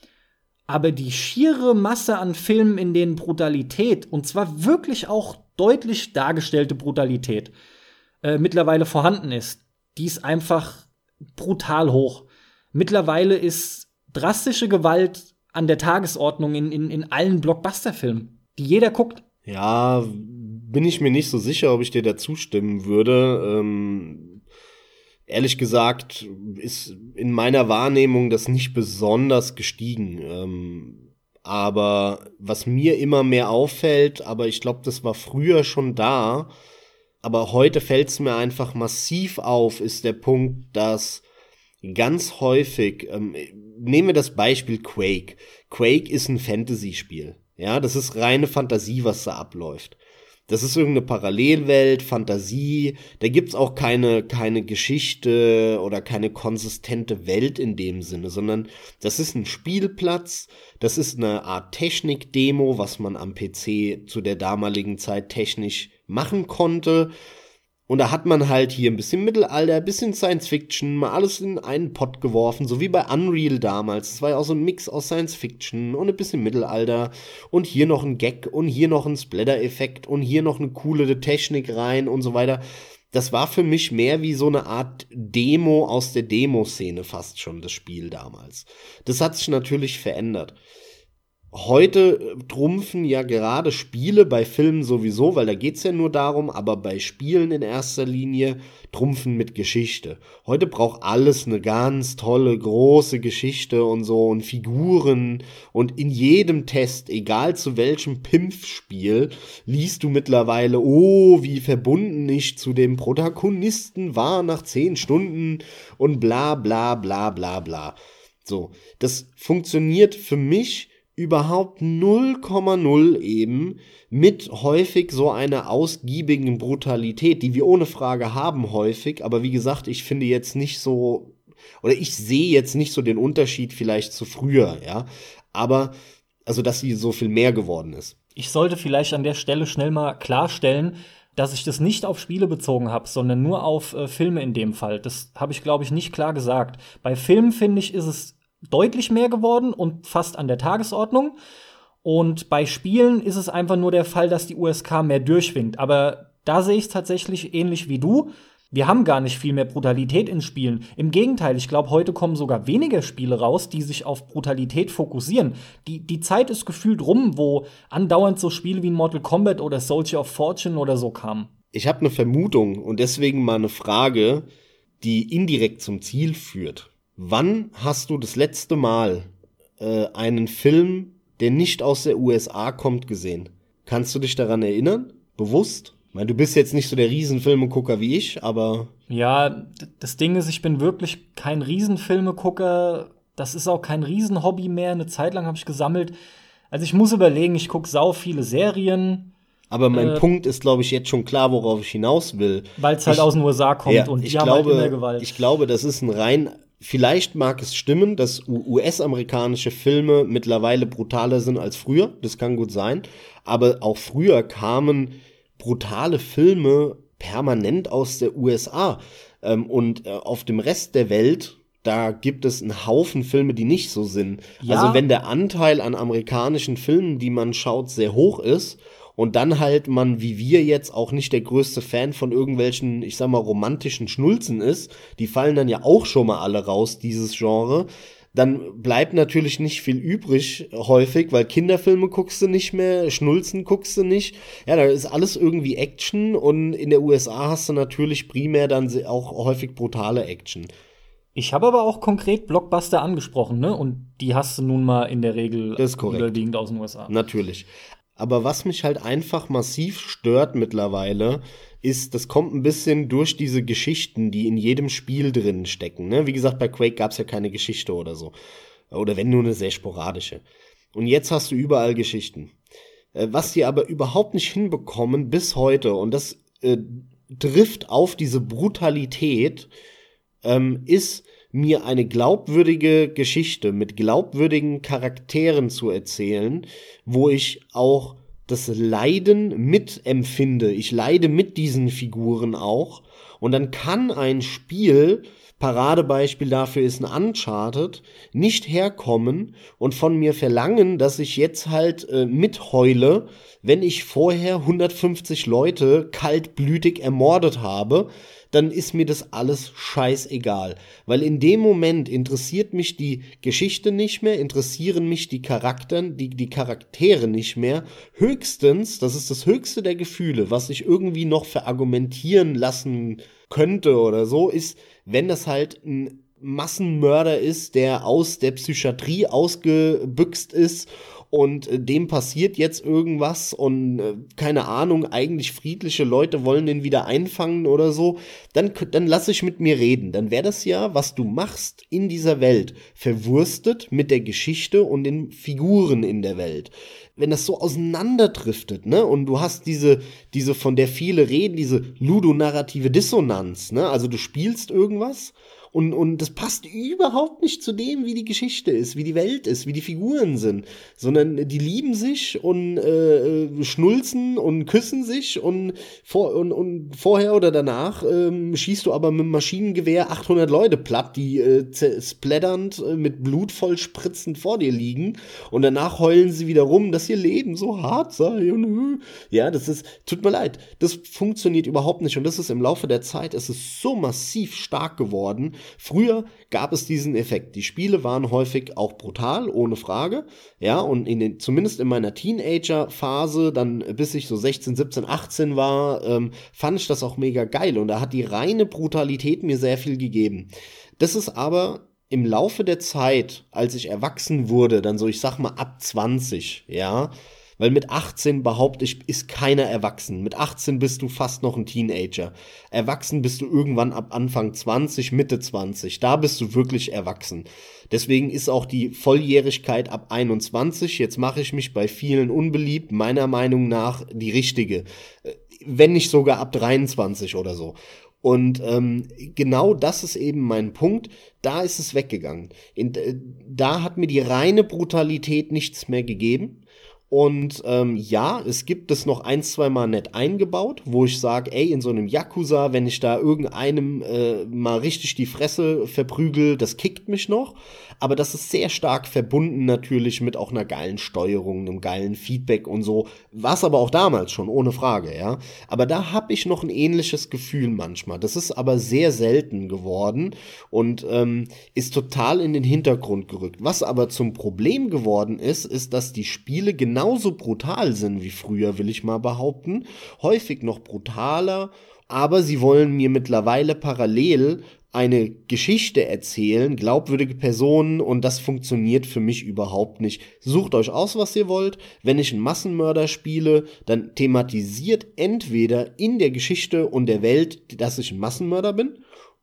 Aber die schiere Masse an Filmen, in denen Brutalität, und zwar wirklich auch deutlich dargestellte Brutalität, äh, mittlerweile vorhanden ist, die ist einfach brutal hoch. Mittlerweile ist drastische Gewalt an der Tagesordnung in, in, in allen Blockbuster-Filmen, die jeder guckt.
Ja, bin ich mir nicht so sicher, ob ich dir da zustimmen würde. Ähm, ehrlich gesagt ist in meiner Wahrnehmung das nicht besonders gestiegen. Ähm, aber was mir immer mehr auffällt, aber ich glaube, das war früher schon da, aber heute fällt es mir einfach massiv auf, ist der Punkt, dass ganz häufig, ähm, nehmen wir das Beispiel Quake. Quake ist ein Fantasy-Spiel. Ja, das ist reine Fantasie, was da abläuft. Das ist irgendeine Parallelwelt, Fantasie. Da gibt's auch keine, keine Geschichte oder keine konsistente Welt in dem Sinne, sondern das ist ein Spielplatz, das ist eine Art Technik-Demo, was man am P C zu der damaligen Zeit technisch machen konnte. Und da hat man halt hier ein bisschen Mittelalter, ein bisschen Science-Fiction, mal alles in einen Pott geworfen, so wie bei Unreal damals. Das war ja auch so ein Mix aus Science-Fiction und ein bisschen Mittelalter und hier noch ein Gag und hier noch ein Splatter-Effekt und hier noch eine coole Technik rein und so weiter. Das war für mich mehr wie so eine Art Demo aus der Demo-Szene fast schon, das Spiel damals. Das hat sich natürlich verändert. Heute trumpfen ja gerade Spiele, bei Filmen sowieso, weil da geht's ja nur darum, aber bei Spielen in erster Linie trumpfen mit Geschichte. Heute braucht alles eine ganz tolle, große Geschichte und so und Figuren und in jedem Test, egal zu welchem Pimpfspiel, liest du mittlerweile, oh, wie verbunden ich zu dem Protagonisten war nach zehn Stunden und bla bla bla bla bla. So, das funktioniert für mich überhaupt null Komma null eben mit häufig so einer ausgiebigen Brutalität, die wir ohne Frage haben häufig, aber wie gesagt, ich finde jetzt nicht so, oder ich sehe jetzt nicht so den Unterschied vielleicht zu früher, ja, aber, also dass sie so viel mehr geworden ist.
Ich sollte vielleicht an der Stelle schnell mal klarstellen, dass ich das nicht auf Spiele bezogen habe, sondern nur auf äh, Filme in dem Fall. Das habe ich, glaube ich, nicht klar gesagt. Bei Filmen, finde ich, ist es deutlich mehr geworden und fast an der Tagesordnung. Und bei Spielen ist es einfach nur der Fall, dass die U S K mehr durchwinkt. Aber da sehe ich es tatsächlich ähnlich wie du. Wir haben gar nicht viel mehr Brutalität in Spielen. Im Gegenteil, ich glaube, heute kommen sogar weniger Spiele raus, die sich auf Brutalität fokussieren. Die, die Zeit ist gefühlt rum, wo andauernd so Spiele wie Mortal Kombat oder Soldier of Fortune oder so kamen.
Ich habe eine Vermutung und deswegen mal eine Frage, die indirekt zum Ziel führt. Wann hast du das letzte Mal äh, einen Film, der nicht aus der U S A kommt, gesehen? Kannst du dich daran erinnern? Bewusst? Ich meine, du bist jetzt nicht so der Riesenfilmegucker wie ich, aber
Ja, d- das Ding ist, ich bin wirklich kein Riesenfilmegucker. Das ist auch kein Riesenhobby mehr. Eine Zeit lang habe ich gesammelt. Also ich muss überlegen, ich gucke sau viele Serien,
aber mein
Äh,
Punkt ist, glaube ich, jetzt schon klar, worauf ich hinaus will.
weil es halt
Ich-
aus den U S A kommt
Ja,
und die
ich
haben
glaube,
halt immer Gewalt.
ich glaube, das ist ein rein, vielleicht mag es stimmen, dass U S-amerikanische Filme mittlerweile brutaler sind als früher, das kann gut sein, aber auch früher kamen brutale Filme permanent aus der U S A ähm, und äh, auf dem Rest der Welt, da gibt es einen Haufen Filme, die nicht so sind.
Ja.
Also wenn der Anteil an amerikanischen Filmen, die man schaut, sehr hoch ist und dann halt man, wie wir jetzt, auch nicht der größte Fan von irgendwelchen, ich sag mal, romantischen Schnulzen ist, die fallen dann ja auch schon mal alle raus, dieses Genre, dann bleibt natürlich nicht viel übrig häufig, weil Kinderfilme guckst du nicht mehr, Schnulzen guckst du nicht. Ja, da ist alles irgendwie Action und in der U S A hast du natürlich primär dann auch häufig brutale Action.
Ich habe aber auch konkret Blockbuster angesprochen, ne? Und die hast du nun mal in der Regel überwiegend aus den U S A.
Natürlich. Aber was mich halt einfach massiv stört mittlerweile, ist, das kommt ein bisschen durch diese Geschichten, die in jedem Spiel drin stecken. Ne? Wie gesagt, bei Quake gab es ja keine Geschichte oder so. Oder wenn nur eine sehr sporadische. Und jetzt hast du überall Geschichten. Äh, was die aber überhaupt nicht hinbekommen bis heute, und das äh, trifft auf diese Brutalität, ähm, ist mir eine glaubwürdige Geschichte mit glaubwürdigen Charakteren zu erzählen, wo ich auch das Leiden mitempfinde. Ich leide mit diesen Figuren auch. Und dann kann ein Spiel, Paradebeispiel dafür ist ein Uncharted, nicht herkommen und von mir verlangen, dass ich jetzt halt äh, mitheule, wenn ich vorher hundertfünfzig Leute kaltblütig ermordet habe, dann ist mir das alles scheißegal. Weil in dem Moment interessiert mich die Geschichte nicht mehr, interessieren mich die Charakteren, die, die Charaktere nicht mehr. Höchstens, das ist das höchste der Gefühle, was ich irgendwie noch verargumentieren lassen könnte oder so, ist, wenn das halt ein Massenmörder ist, der aus der Psychiatrie ausgebüxt ist und äh, dem passiert jetzt irgendwas und äh, keine Ahnung, eigentlich friedliche Leute wollen den wieder einfangen oder so, dann, dann lass ich mit mir reden. Dann wäre das ja, was du machst in dieser Welt, verwurstet mit der Geschichte und den Figuren in der Welt. Wenn das so auseinanderdriftet, ne, und du hast diese, diese, von der viele reden, diese ludonarrative Dissonanz, ne, also du spielst irgendwas und, und das passt überhaupt nicht zu dem, wie die Geschichte ist, wie die Welt ist, wie die Figuren sind, sondern die lieben sich und äh, schnulzen und küssen sich und, vor, und, und vorher oder danach ähm, schießt du aber mit dem Maschinengewehr achthundert Leute platt, die äh, splatternd äh, mit Blut voll spritzend vor dir liegen und danach heulen sie wieder rum, dass ihr Leben so hart sei und äh, ja, das ist, tut mir leid, das funktioniert überhaupt nicht und das ist im Laufe der Zeit, es ist so massiv stark geworden. Früher gab es diesen Effekt. Die Spiele waren häufig auch brutal, ohne Frage. Ja, und in den, zumindest in meiner Teenager-Phase, dann bis ich so sechzehn, siebzehn, achtzehn war, ähm, fand ich das auch mega geil. Und da hat die reine Brutalität mir sehr viel gegeben. Das ist aber im Laufe der Zeit, als ich erwachsen wurde, dann so, ich sag mal ab zwanzig, ja, weil mit achtzehn, behaupte ich, ist keiner erwachsen. Mit achtzehn bist du fast noch ein Teenager. Erwachsen bist du irgendwann ab Anfang zwanzig, Mitte zwanzig. Da bist du wirklich erwachsen. Deswegen ist auch die Volljährigkeit ab einundzwanzig, jetzt mache ich mich bei vielen unbeliebt, meiner Meinung nach die richtige. Wenn nicht sogar ab dreiundzwanzig oder so. Und ähm, genau das ist eben mein Punkt. Da ist es weggegangen. In, äh, da hat mir die reine Brutalität nichts mehr gegeben. Und ähm, ja, es gibt es noch ein, zwei Mal nett eingebaut, wo ich sage, ey, in so einem Yakuza, wenn ich da irgendeinem äh, mal richtig die Fresse verprügel, das kickt mich noch. Aber das ist sehr stark verbunden natürlich mit auch einer geilen Steuerung, einem geilen Feedback und so. War es aber auch damals schon, ohne Frage, ja. Aber da habe ich noch ein ähnliches Gefühl manchmal. Das ist aber sehr selten geworden und ähm, ist total in den Hintergrund gerückt. Was aber zum Problem geworden ist, ist, dass die Spiele genauso brutal sind wie früher, will ich mal behaupten. Häufig noch brutaler, aber sie wollen mir mittlerweile parallel eine Geschichte erzählen, glaubwürdige Personen, und das funktioniert für mich überhaupt nicht. Sucht euch aus, was ihr wollt. Wenn ich einen Massenmörder spiele, dann thematisiert entweder in der Geschichte und der Welt, dass ich ein Massenmörder bin,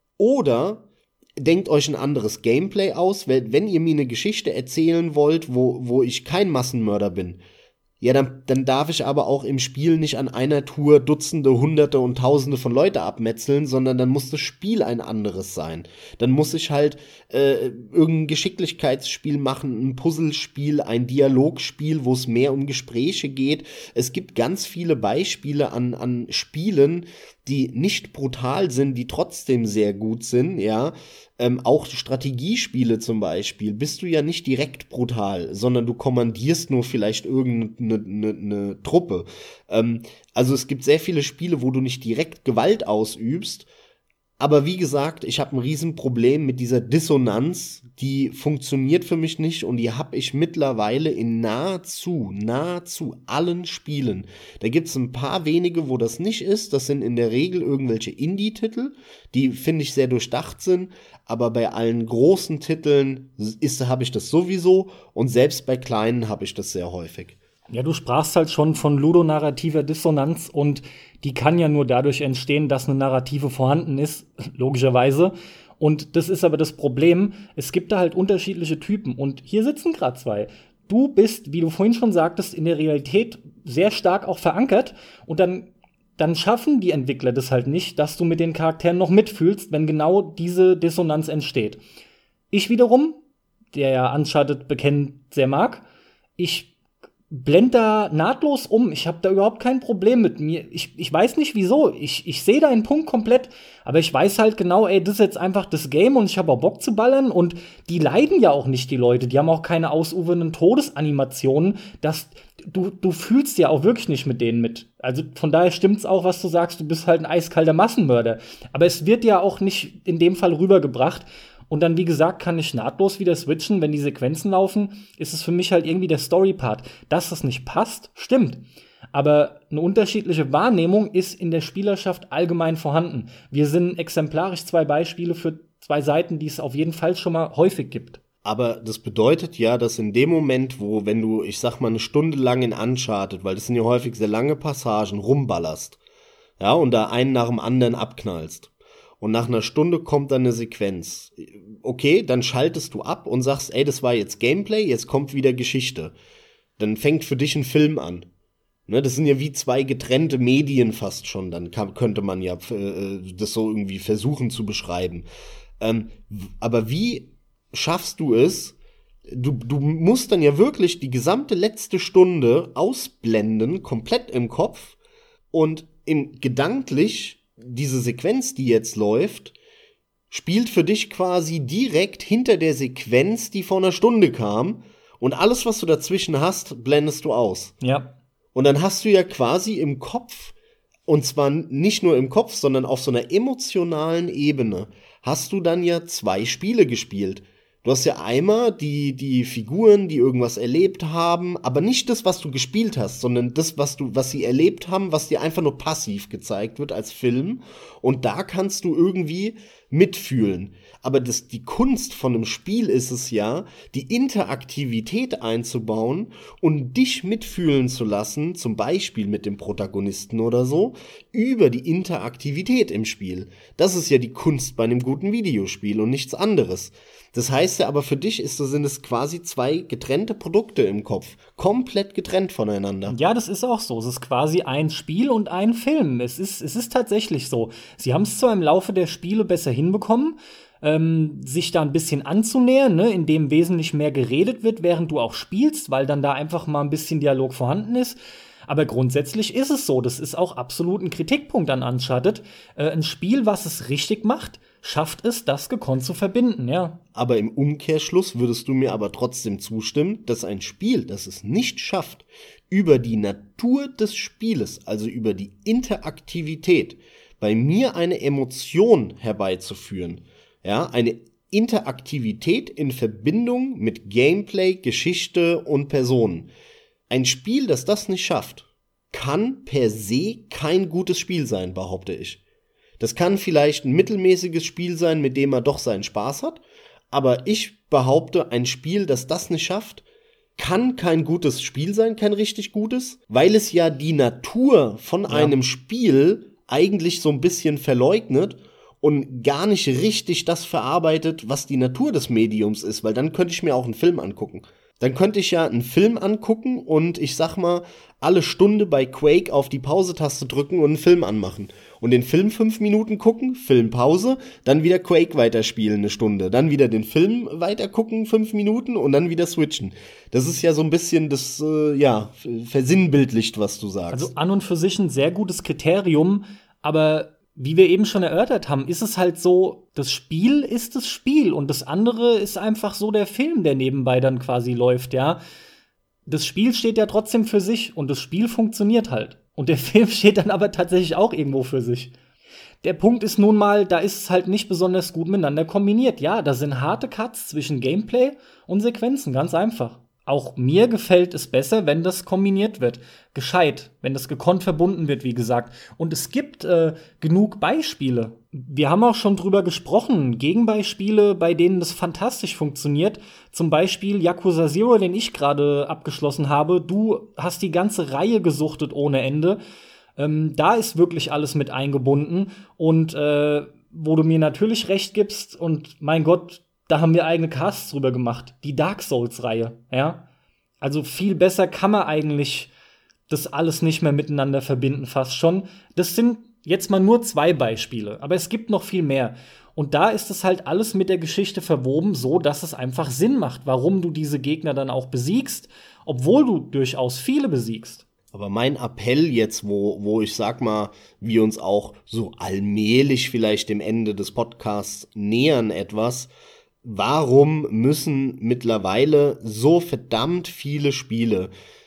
oder denkt euch ein anderes Gameplay aus. Wenn ihr mir eine Geschichte erzählen wollt, wo, wo ich kein Massenmörder bin, ja, dann, dann darf ich aber auch im Spiel nicht an einer Tour Dutzende, Hunderte und Tausende von Leute abmetzeln, sondern dann muss das Spiel ein anderes sein. Dann muss ich halt äh, irgendein Geschicklichkeitsspiel machen, ein Puzzlespiel, ein Dialogspiel, wo es mehr um Gespräche geht. Es gibt ganz viele Beispiele an, an Spielen, die nicht brutal sind, die trotzdem sehr gut sind, ja. Ähm, auch Strategiespiele zum Beispiel, bist du ja nicht direkt brutal, sondern du kommandierst nur vielleicht irgendeine ne, ne Truppe. Ähm, also es gibt sehr viele Spiele, wo du nicht direkt Gewalt ausübst. Aber wie gesagt, ich habe ein Riesenproblem mit dieser Dissonanz, die funktioniert für mich nicht und die habe ich mittlerweile in nahezu, nahezu allen Spielen. Da gibt es ein paar wenige, wo das nicht ist. Das sind in der Regel irgendwelche Indie-Titel, die, finde ich, sehr durchdacht sind. Aber bei allen großen Titeln habe ich das sowieso und selbst bei kleinen habe ich das sehr häufig.
Ja, du sprachst halt schon von ludonarrativer Dissonanz und die kann ja nur dadurch entstehen, dass eine Narrative vorhanden ist, logischerweise. Und das ist aber das Problem, es gibt da halt unterschiedliche Typen und hier sitzen gerade zwei. Du bist, wie du vorhin schon sagtest, in der Realität sehr stark auch verankert und dann, dann schaffen die Entwickler das halt nicht, dass du mit den Charakteren noch mitfühlst, wenn genau diese Dissonanz entsteht. Ich wiederum, der ja Uncharted bekennt sehr mag, ich blend da nahtlos um. Ich habe da überhaupt kein Problem mit mir. Ich, ich weiß nicht wieso. Ich, ich sehe da einen Punkt komplett, aber ich weiß halt genau, ey, das ist jetzt einfach das Game und ich habe auch Bock zu ballern und die leiden ja auch nicht, die Leute. Die haben auch keine ausufernden Todesanimationen. Das, du, du fühlst ja auch wirklich nicht mit denen mit. Also von daher stimmt's auch, was du sagst. Du bist halt ein eiskalter Massenmörder. Aber es wird ja auch nicht in dem Fall rübergebracht. Und dann, wie gesagt, kann ich nahtlos wieder switchen, wenn die Sequenzen laufen, ist es für mich halt irgendwie der Story-Part. Dass das nicht passt, stimmt. Aber eine unterschiedliche Wahrnehmung ist in der Spielerschaft allgemein vorhanden. Wir sind exemplarisch zwei Beispiele für zwei Seiten, die es auf jeden Fall schon mal häufig gibt.
Aber das bedeutet ja, dass in dem Moment, wo, wenn du, ich sag mal, eine Stunde lang in Uncharted, weil das sind ja häufig sehr lange Passagen, rumballerst, ja, und da einen nach dem anderen abknallst, und nach einer Stunde kommt dann eine Sequenz. Okay, dann schaltest du ab und sagst, ey, das war jetzt Gameplay, jetzt kommt wieder Geschichte. Dann fängt für dich ein Film an. Ne, das sind ja wie zwei getrennte Medien fast schon. Dann kann, könnte man ja äh, das so irgendwie versuchen zu beschreiben. Ähm, aber wie schaffst du es? Du, du musst dann ja wirklich die gesamte letzte Stunde ausblenden, komplett im Kopf und im gedanklich diese Sequenz, die jetzt läuft, spielt für dich quasi direkt hinter der Sequenz, die vor einer Stunde kam. Und alles, was du dazwischen hast, blendest du aus.
Ja.
Und dann hast du ja quasi im Kopf, und zwar nicht nur im Kopf, sondern auf so einer emotionalen Ebene, hast du dann ja zwei Spiele gespielt. Du hast ja einmal die, die Figuren, die irgendwas erlebt haben, aber nicht das, was du gespielt hast, sondern das, was du, was sie erlebt haben, was dir einfach nur passiv gezeigt wird als Film. Und da kannst du irgendwie mitfühlen. Aber das, die Kunst von einem Spiel ist es ja, die Interaktivität einzubauen und dich mitfühlen zu lassen, zum Beispiel mit dem Protagonisten oder so, über die Interaktivität im Spiel. Das ist ja die Kunst bei einem guten Videospiel und nichts anderes. Das heißt ja aber, für dich ist, sind es quasi zwei getrennte Produkte im Kopf. Komplett getrennt voneinander.
Ja, das ist auch so. Es ist quasi ein Spiel und ein Film. Es ist, es ist tatsächlich so. Sie haben es zwar im Laufe der Spiele besser hinbekommen, ähm, sich da ein bisschen anzunähern, ne, indem wesentlich mehr geredet wird, während du auch spielst, weil dann da einfach mal ein bisschen Dialog vorhanden ist. Aber grundsätzlich ist es so, das ist auch absolut ein Kritikpunkt an Uncharted. Äh, ein Spiel, was es richtig macht, schafft es, das gekonnt zu verbinden, ja.
Aber im Umkehrschluss würdest du mir aber trotzdem zustimmen, dass ein Spiel, das es nicht schafft, über die Natur des Spieles, also über die Interaktivität, bei mir eine Emotion herbeizuführen, ja, eine Interaktivität in Verbindung mit Gameplay, Geschichte und Personen. Ein Spiel, das das nicht schafft, kann per se kein gutes Spiel sein, behaupte ich. Das kann vielleicht ein mittelmäßiges Spiel sein, mit dem er doch seinen Spaß hat, aber ich behaupte, ein Spiel, das das nicht schafft, kann kein gutes Spiel sein, kein richtig gutes, weil es ja die Natur von ja. einem Spiel eigentlich so ein bisschen verleugnet und gar nicht richtig das verarbeitet, was die Natur des Mediums ist, weil dann könnte ich mir auch einen Film angucken. Dann könnte ich ja einen Film angucken und ich sag mal, alle Stunde bei Quake auf die Pause-Taste drücken und einen Film anmachen. Und den Film fünf Minuten gucken, Film Pause, dann wieder Quake weiterspielen eine Stunde. Dann wieder den Film weiter gucken, fünf Minuten und dann wieder switchen. Das ist ja so ein bisschen das, äh, ja, versinnbildlicht, was du sagst.
Also an und für sich ein sehr gutes Kriterium, Aber wie wir eben schon erörtert haben, ist es halt so, das Spiel ist das Spiel und das andere ist einfach so der Film, der nebenbei dann quasi läuft, ja. Das Spiel steht ja trotzdem für sich und das Spiel funktioniert halt. Und der Film steht dann aber tatsächlich auch irgendwo für sich. Der Punkt ist nun mal, da ist es halt nicht besonders gut miteinander kombiniert. Ja, da sind harte Cuts zwischen Gameplay und Sequenzen, ganz einfach. Auch mir gefällt es besser, wenn das kombiniert wird. Gescheit, wenn das gekonnt verbunden wird, wie gesagt. Und es gibt äh, genug Beispiele. Wir haben auch schon drüber gesprochen, Gegenbeispiele, bei denen das fantastisch funktioniert. Zum Beispiel Yakuza Zero, den ich gerade abgeschlossen habe. Du hast die ganze Reihe gesuchtet ohne Ende. Ähm, da ist wirklich alles mit eingebunden. Und äh, wo du mir natürlich recht gibst, und mein Gott, da haben wir eigene Casts drüber gemacht. Die Dark Souls-Reihe, ja. Also viel besser kann man eigentlich das alles nicht mehr miteinander verbinden, fast schon. Das sind jetzt mal nur zwei Beispiele, aber es gibt noch viel mehr. Und da ist es halt alles mit der Geschichte verwoben, so dass es einfach Sinn macht, warum du diese Gegner dann auch besiegst, obwohl du durchaus viele besiegst.
Aber mein Appell jetzt, wo, wo ich sag mal, wir uns auch so allmählich vielleicht dem Ende des Podcasts nähern etwas, warum müssen mittlerweile so verdammt viele Spiele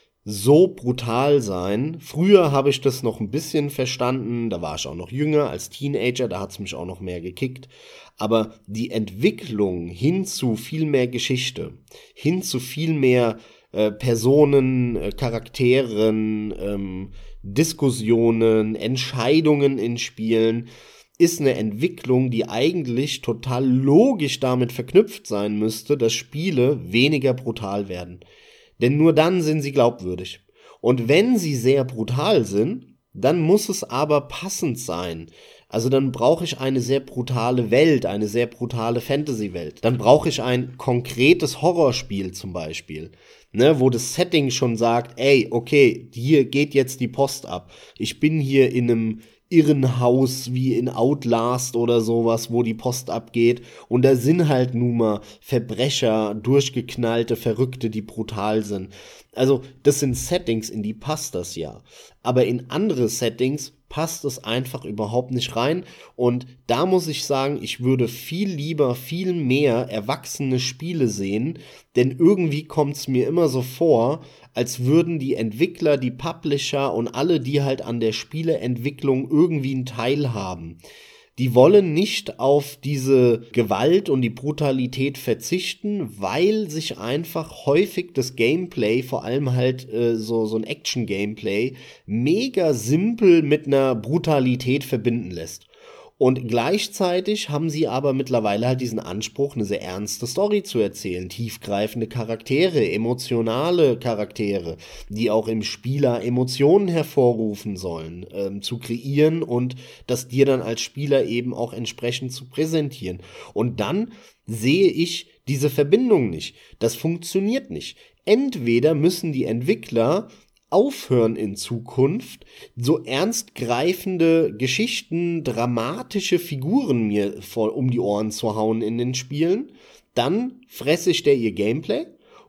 so brutal sein? Früher habe ich das noch ein bisschen verstanden, da war ich auch noch jünger als Teenager, da hat's mich auch noch mehr gekickt. Aber die Entwicklung hin zu viel mehr Geschichte, hin zu viel mehr äh, Personen, äh, Charakteren, ähm, Diskussionen, Entscheidungen in Spielen, ist eine Entwicklung, die eigentlich total logisch damit verknüpft sein müsste, dass Spiele weniger brutal werden. Denn nur dann sind sie glaubwürdig. Und wenn sie sehr brutal sind, dann muss es aber passend sein. Also dann brauche ich eine sehr brutale Welt, eine sehr brutale Fantasy-Welt. Dann brauche ich ein konkretes Horrorspiel zum Beispiel, ne, wo das Setting schon sagt, ey, okay, hier geht jetzt die Post ab. Ich bin hier in einem Irrenhaus wie in Outlast oder sowas, wo die Post abgeht. Und da sind halt nun mal Verbrecher, durchgeknallte Verrückte, die brutal sind. Also das sind Settings, in die passt das ja. Aber in andere Settings passt es einfach überhaupt nicht rein. Und da muss ich sagen, ich würde viel lieber, viel mehr erwachsene Spiele sehen. Denn irgendwie kommt es mir immer so vor, als würden die Entwickler, die Publisher und alle, die halt an der Spieleentwicklung irgendwie einen Teil haben, die wollen nicht auf diese Gewalt und die Brutalität verzichten, weil sich einfach häufig das Gameplay, vor allem halt äh, so, so ein Action-Gameplay, mega simpel mit einer Brutalität verbinden lässt. Und gleichzeitig haben sie aber mittlerweile halt diesen Anspruch, eine sehr ernste Story zu erzählen, tiefgreifende Charaktere, emotionale Charaktere, die auch im Spieler Emotionen hervorrufen sollen, ähm, zu kreieren und das dir dann als Spieler eben auch entsprechend zu präsentieren. Und dann sehe ich diese Verbindung nicht. Das funktioniert nicht. Entweder müssen die Entwickler aufhören in Zukunft, so ernstgreifende Geschichten, dramatische Figuren mir vor, um die Ohren zu hauen in den Spielen, dann fresse ich der ihr Gameplay.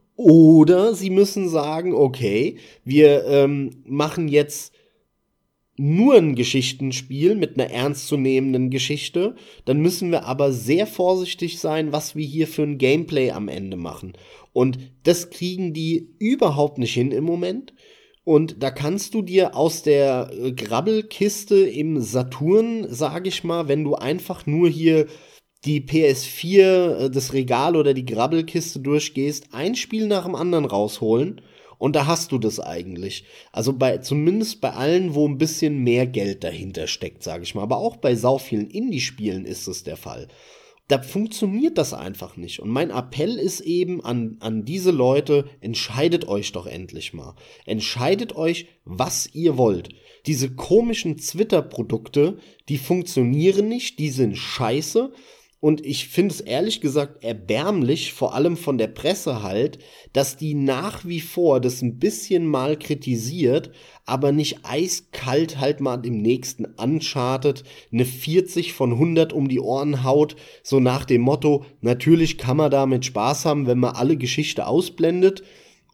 Oder sie müssen sagen, okay, wir ähm, machen jetzt nur ein Geschichtenspiel mit einer ernstzunehmenden Geschichte, dann müssen wir aber sehr vorsichtig sein, was wir hier für ein Gameplay am Ende machen. Und das kriegen die überhaupt nicht hin im Moment. Und da kannst du dir aus der Grabbelkiste im Saturn, sag ich mal, wenn du einfach nur hier die P S vier, das Regal oder die Grabbelkiste durchgehst, ein Spiel nach dem anderen rausholen und da hast du das eigentlich. Also bei zumindest bei allen, wo ein bisschen mehr Geld dahinter steckt, sag ich mal. Aber auch bei sau vielen Indie-Spielen ist es der Fall. Da funktioniert das einfach nicht. Und mein Appell ist eben an, an diese Leute, entscheidet euch doch endlich mal. Entscheidet euch, was ihr wollt. Diese komischen Twitter-Produkte, die funktionieren nicht, die sind scheiße. Und ich finde es ehrlich gesagt erbärmlich, vor allem von der Presse halt, dass die nach wie vor das ein bisschen mal kritisiert, aber nicht eiskalt halt mal dem nächsten Uncharted eine vierzig von hundert um die Ohren haut, so nach dem Motto, natürlich kann man damit Spaß haben, wenn man alle Geschichte ausblendet.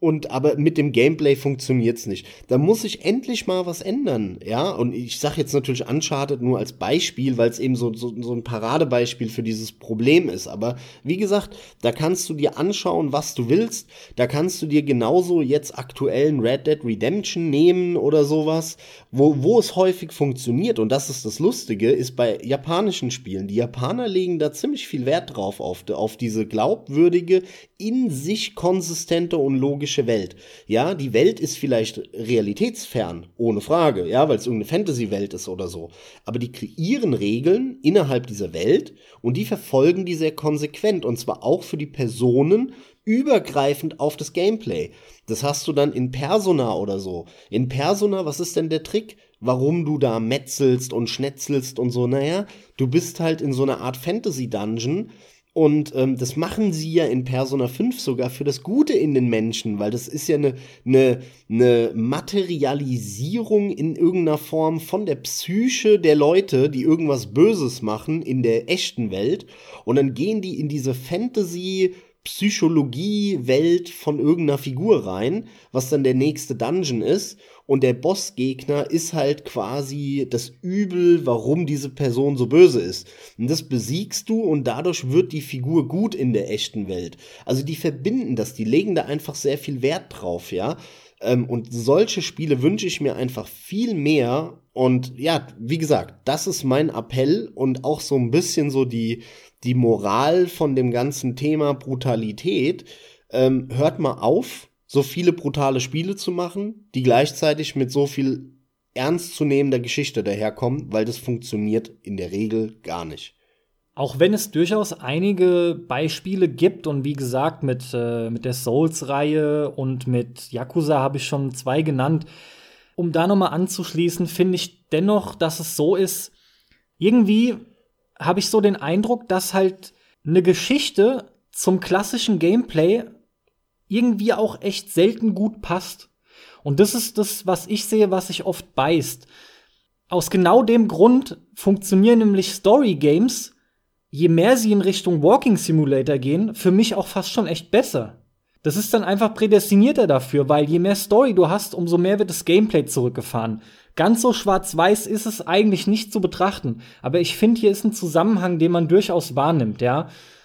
Und aber mit dem Gameplay funktioniert's nicht. Da muss sich endlich mal was ändern, ja. Und ich sage jetzt natürlich Uncharted nur als Beispiel, weil es eben so, so, so ein Paradebeispiel für dieses Problem ist. Aber wie gesagt, da kannst du dir anschauen, was du willst. Da kannst du dir genauso jetzt aktuellen Red Dead Redemption nehmen oder sowas, wo, wo es häufig funktioniert. Und das ist das Lustige, ist bei japanischen Spielen. Die Japaner legen da ziemlich viel Wert drauf, auf, auf diese glaubwürdige, in sich konsistente und logische Welt. Ja, die Welt ist vielleicht realitätsfern, ohne Frage, ja, weil es irgendeine Fantasy-Welt ist oder so. Aber die kreieren Regeln innerhalb dieser Welt und die verfolgen die sehr konsequent und zwar auch für die Personen übergreifend auf das Gameplay. Das hast du dann in Persona oder so. In Persona, was ist denn der Trick? Warum du da metzelst und schnetzelst und so? Naja, du bist halt in so einer Art Fantasy-Dungeon. Und ähm, das machen sie ja in Persona fünf sogar für das Gute in den Menschen, weil das ist ja eine ne, ne Materialisierung in irgendeiner Form von der Psyche der Leute, die irgendwas Böses machen in der echten Welt. Und dann gehen die in diese Fantasy- Psychologie-Welt von irgendeiner Figur rein, was dann der nächste Dungeon ist. Und der Bossgegner ist halt quasi das Übel, warum diese Person so böse ist. Und das besiegst du und dadurch wird die Figur gut in der echten Welt. Also die verbinden das, die legen da einfach sehr viel Wert drauf, ja. Ähm, und solche Spiele wünsche ich mir einfach viel mehr. Und ja, wie gesagt, das ist mein Appell und auch so ein bisschen so die die Moral von dem ganzen Thema Brutalität. Ähm, hört mal auf, so viele brutale Spiele zu machen, die gleichzeitig mit so viel ernstzunehmender Geschichte daherkommen, weil das funktioniert in der Regel gar nicht.
Auch wenn es durchaus einige Beispiele gibt und wie gesagt, mit, äh, mit der Souls-Reihe und mit Yakuza habe ich schon zwei genannt. Um da nochmal anzuschließen, finde ich dennoch, dass es so ist, irgendwie habe ich so den Eindruck, dass halt eine Geschichte zum klassischen Gameplay irgendwie auch echt selten gut passt. Und das ist das, was ich sehe, was sich oft beißt. Aus genau dem Grund funktionieren nämlich Story-Games, je mehr sie in Richtung Walking Simulator gehen, für mich auch fast schon echt besser. Das ist dann einfach prädestinierter dafür, weil je mehr Story du hast, umso mehr wird das Gameplay zurückgefahren. Ganz so schwarz-weiß ist es eigentlich nicht zu betrachten. Aber ich finde, hier ist ein Zusammenhang, den man durchaus wahrnimmt, ja.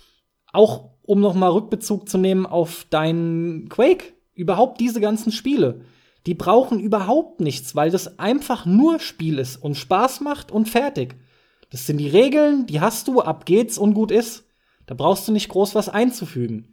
Auch um noch mal Rückbezug zu nehmen auf deinen Quake. Überhaupt diese ganzen Spiele. Die brauchen überhaupt nichts, weil das einfach nur Spiel ist und Spaß macht und fertig. Das sind die Regeln, die hast du, ab geht's und gut ist. Da brauchst du nicht groß was einzufügen.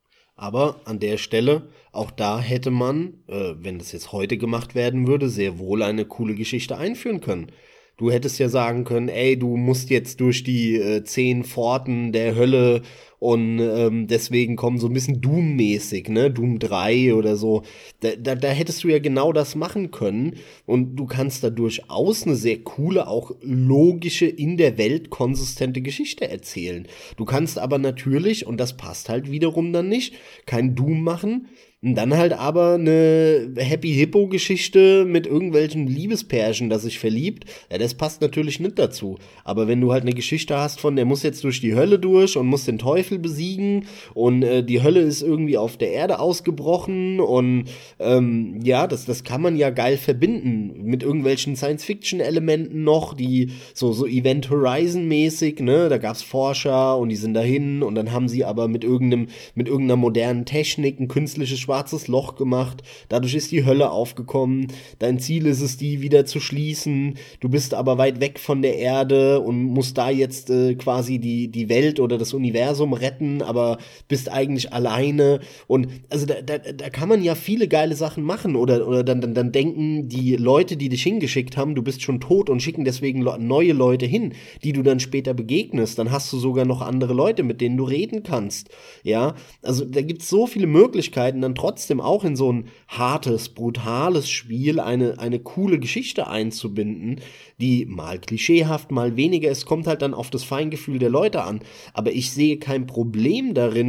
Aber an der Stelle, auch da hätte man, äh, wenn das jetzt heute gemacht werden würde, sehr wohl eine coole Geschichte einführen können. Du hättest ja sagen können, ey, du musst jetzt durch die äh, zehn Pforten der Hölle und ähm, deswegen kommen so ein bisschen Doom-mäßig, ne, Doom drei oder so. Da, da, da hättest du ja genau das machen können und du kannst da durchaus eine sehr coole, auch logische, in der Welt konsistente Geschichte erzählen. Du kannst aber natürlich, und das passt halt wiederum dann nicht, kein Doom machen, und dann halt aber eine Happy-Hippo-Geschichte mit irgendwelchen Liebespärchen, das sich verliebt. Ja, das passt natürlich nicht dazu. Aber wenn du halt eine Geschichte hast von, der muss jetzt durch die Hölle durch und muss den Teufel besiegen und äh, die Hölle ist irgendwie auf der Erde ausgebrochen und ähm, ja, das, das kann man ja geil verbinden mit irgendwelchen Science-Fiction-Elementen noch, die so, so Event Horizon-mäßig, ne, da gab's Forscher und die sind dahin und dann haben sie aber mit irgendeinem, mit irgendeiner modernen Technik ein künstliches schwarzes Loch gemacht, dadurch ist die Hölle aufgekommen, dein Ziel ist es, die wieder zu schließen, du bist aber weit weg von der Erde und musst da jetzt äh, quasi die, die Welt oder das Universum retten, aber bist eigentlich alleine und also da, da, da kann man ja viele geile Sachen machen oder, oder dann, dann, dann denken die Leute, die dich hingeschickt haben, du bist schon tot und schicken deswegen le- neue Leute hin, die du dann später begegnest, dann hast du sogar noch andere Leute, mit denen du reden kannst, ja, also da gibt's so viele Möglichkeiten, dann trotzdem auch in so ein hartes, brutales Spiel eine, eine coole Geschichte einzubinden, die mal klischeehaft, mal weniger, es kommt halt dann auf das Feingefühl der Leute an, aber ich sehe kein Problem darin,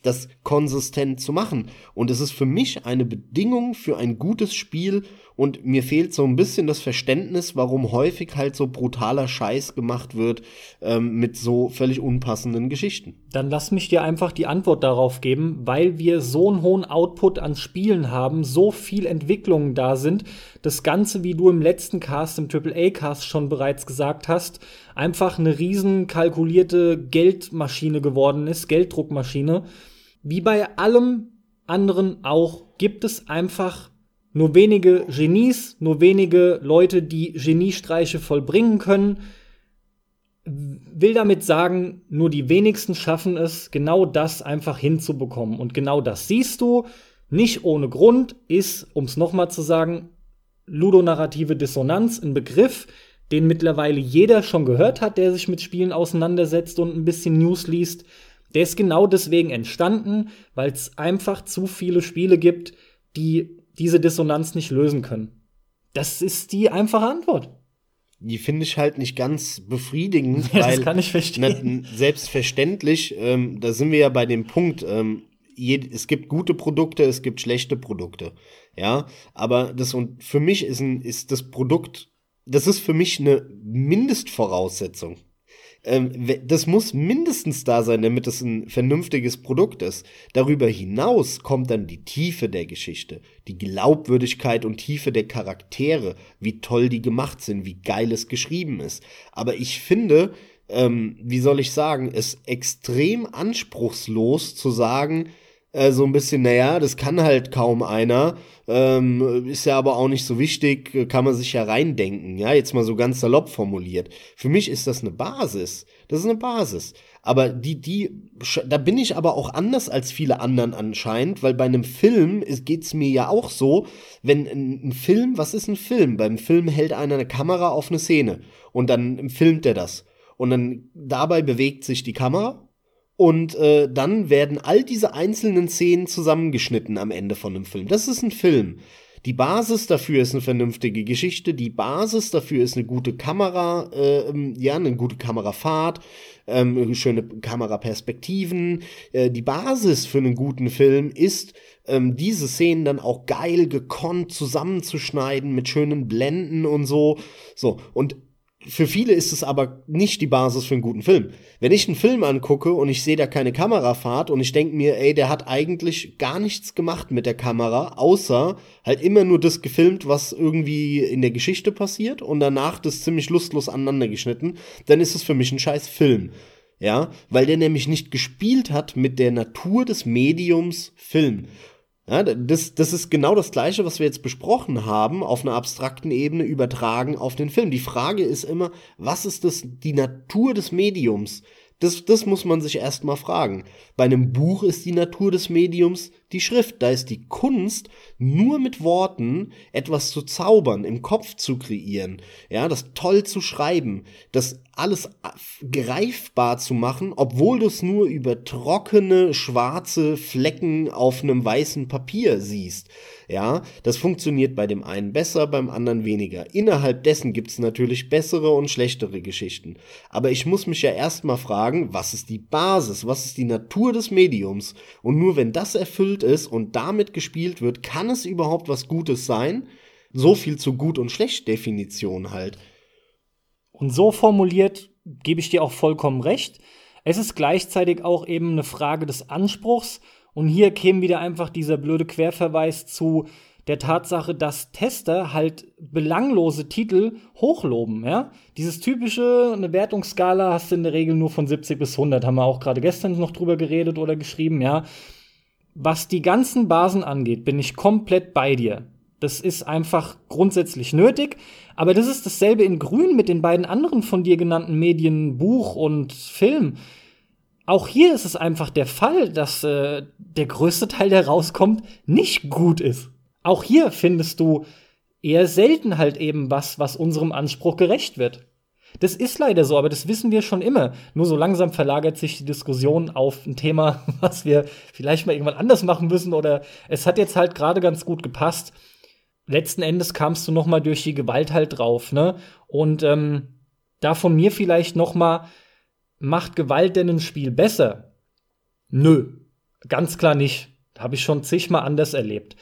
das konsistent zu machen. Und es ist für mich eine Bedingung für ein gutes Spiel und mir fehlt so ein bisschen das Verständnis, warum häufig halt so brutaler Scheiß gemacht wird ähm, mit so völlig unpassenden Geschichten.
Dann lass mich dir einfach die Antwort darauf geben, weil wir so einen hohen Output an Spielen haben, so viel Entwicklungen da sind, das Ganze, wie du im letzten Cast, im Triple A Cast schon bereits gesagt hast, einfach eine riesen kalkulierte Geldmaschine geworden ist, Gelddruckmaschine. Wie bei allem anderen auch gibt es einfach nur wenige Genies, nur wenige Leute, die Geniestreiche vollbringen können. Will damit sagen, nur die wenigsten schaffen es, genau das einfach hinzubekommen. Und genau das siehst du, nicht ohne Grund ist, um es nochmal zu sagen, ludonarrative Dissonanz ein Begriff, den mittlerweile jeder schon gehört hat, der sich mit Spielen auseinandersetzt und ein bisschen News liest. Der ist genau deswegen entstanden, weil es einfach zu viele Spiele gibt, die diese Dissonanz nicht lösen können. Das ist die einfache Antwort.
Die finde ich halt nicht ganz befriedigend,
Ja,
weil
das kann ich verstehen.
Na, selbstverständlich, ähm, da sind wir ja bei dem Punkt, ähm, je, es gibt gute Produkte, es gibt schlechte Produkte, ja, aber das und für mich ist, ein, ist das Produkt, das ist für mich eine Mindestvoraussetzung. Ähm, das muss mindestens da sein, damit es ein vernünftiges Produkt ist. Darüber hinaus kommt dann die Tiefe der Geschichte, die Glaubwürdigkeit und Tiefe der Charaktere, wie toll die gemacht sind, wie geil es geschrieben ist. Aber ich finde, ähm, wie soll ich sagen, es extrem anspruchslos zu sagen, äh, so ein bisschen, naja, das kann halt kaum einer, ähm, ist ja aber auch nicht so wichtig, kann man sich ja reindenken, ja, jetzt mal so ganz salopp formuliert. Für mich ist das eine Basis, das ist eine Basis. Aber die, die, da bin ich aber auch anders als viele anderen anscheinend, weil bei einem Film geht's mir ja auch so, wenn ein, ein Film, was ist ein Film? Beim Film hält einer eine Kamera auf eine Szene und dann filmt er das. Und dann dabei bewegt sich die Kamera. Und äh, dann werden all diese einzelnen Szenen zusammengeschnitten am Ende von einem Film. Das ist ein Film. Die Basis dafür ist eine vernünftige Geschichte. Die Basis dafür ist eine gute Kamera, äh, ja, eine gute Kamerafahrt, ähm, schöne Kameraperspektiven. Äh, die Basis für einen guten Film ist, ähm, diese Szenen dann auch geil gekonnt zusammenzuschneiden mit schönen Blenden und so. So, und für viele ist es aber nicht die Basis für einen guten Film. Wenn ich einen Film angucke und ich sehe da keine Kamerafahrt und ich denke mir, ey, der hat eigentlich gar nichts gemacht mit der Kamera, außer halt immer nur das gefilmt, was irgendwie in der Geschichte passiert und danach das ziemlich lustlos aneinander geschnitten, dann ist es für mich ein scheiß Film. Ja, weil der nämlich nicht gespielt hat mit der Natur des Mediums Film. Ja, das, das ist genau das Gleiche, was wir jetzt besprochen haben, auf einer abstrakten Ebene übertragen auf den Film. Die Frage ist immer, was ist das, die Natur des Mediums? Das, das muss man sich erstmal fragen. Bei einem Buch ist die Natur des Mediums die Schrift. Da ist die Kunst, nur mit Worten etwas zu zaubern, im Kopf zu kreieren, ja, das toll zu schreiben, das alles greifbar zu machen, obwohl du es nur über trockene, schwarze Flecken auf einem weißen Papier siehst. Ja, das funktioniert bei dem einen besser, beim anderen weniger. Innerhalb dessen gibt es natürlich bessere und schlechtere Geschichten. Aber ich muss mich ja erstmal fragen, was ist die Basis, was ist die Natur des Mediums? Und nur wenn das erfüllt ist und damit gespielt wird, kann es überhaupt was Gutes sein? So viel zu Gut- und Schlecht-Definition halt.
Und so formuliert gebe ich dir auch vollkommen recht. Es ist gleichzeitig auch eben eine Frage des Anspruchs. Und hier käme wieder einfach dieser blöde Querverweis zu der Tatsache, dass Tester halt belanglose Titel hochloben, ja? Dieses typische, eine Wertungsskala hast du in der Regel nur von siebzig bis hundert, haben wir auch gerade gestern noch drüber geredet oder geschrieben, ja? Was die ganzen Basen angeht, bin ich komplett bei dir. Das ist einfach grundsätzlich nötig, aber das ist dasselbe in Grün mit den beiden anderen von dir genannten Medien, Buch und Film. Auch hier ist es einfach der Fall, dass äh, der größte Teil, der rauskommt, nicht gut ist. Auch hier findest du eher selten halt eben was, was unserem Anspruch gerecht wird. Das ist leider so, aber das wissen wir schon immer. Nur so langsam verlagert sich die Diskussion auf ein Thema, was wir vielleicht mal irgendwann anders machen müssen. Oder es hat jetzt halt gerade ganz gut gepasst. Letzten Endes kamst du noch mal durch die Gewalt halt drauf, ne? Und ähm, da von mir vielleicht noch mal: Macht Gewalt denn ein Spiel besser? Nö. Ganz klar nicht. Habe ich schon zigmal anders erlebt.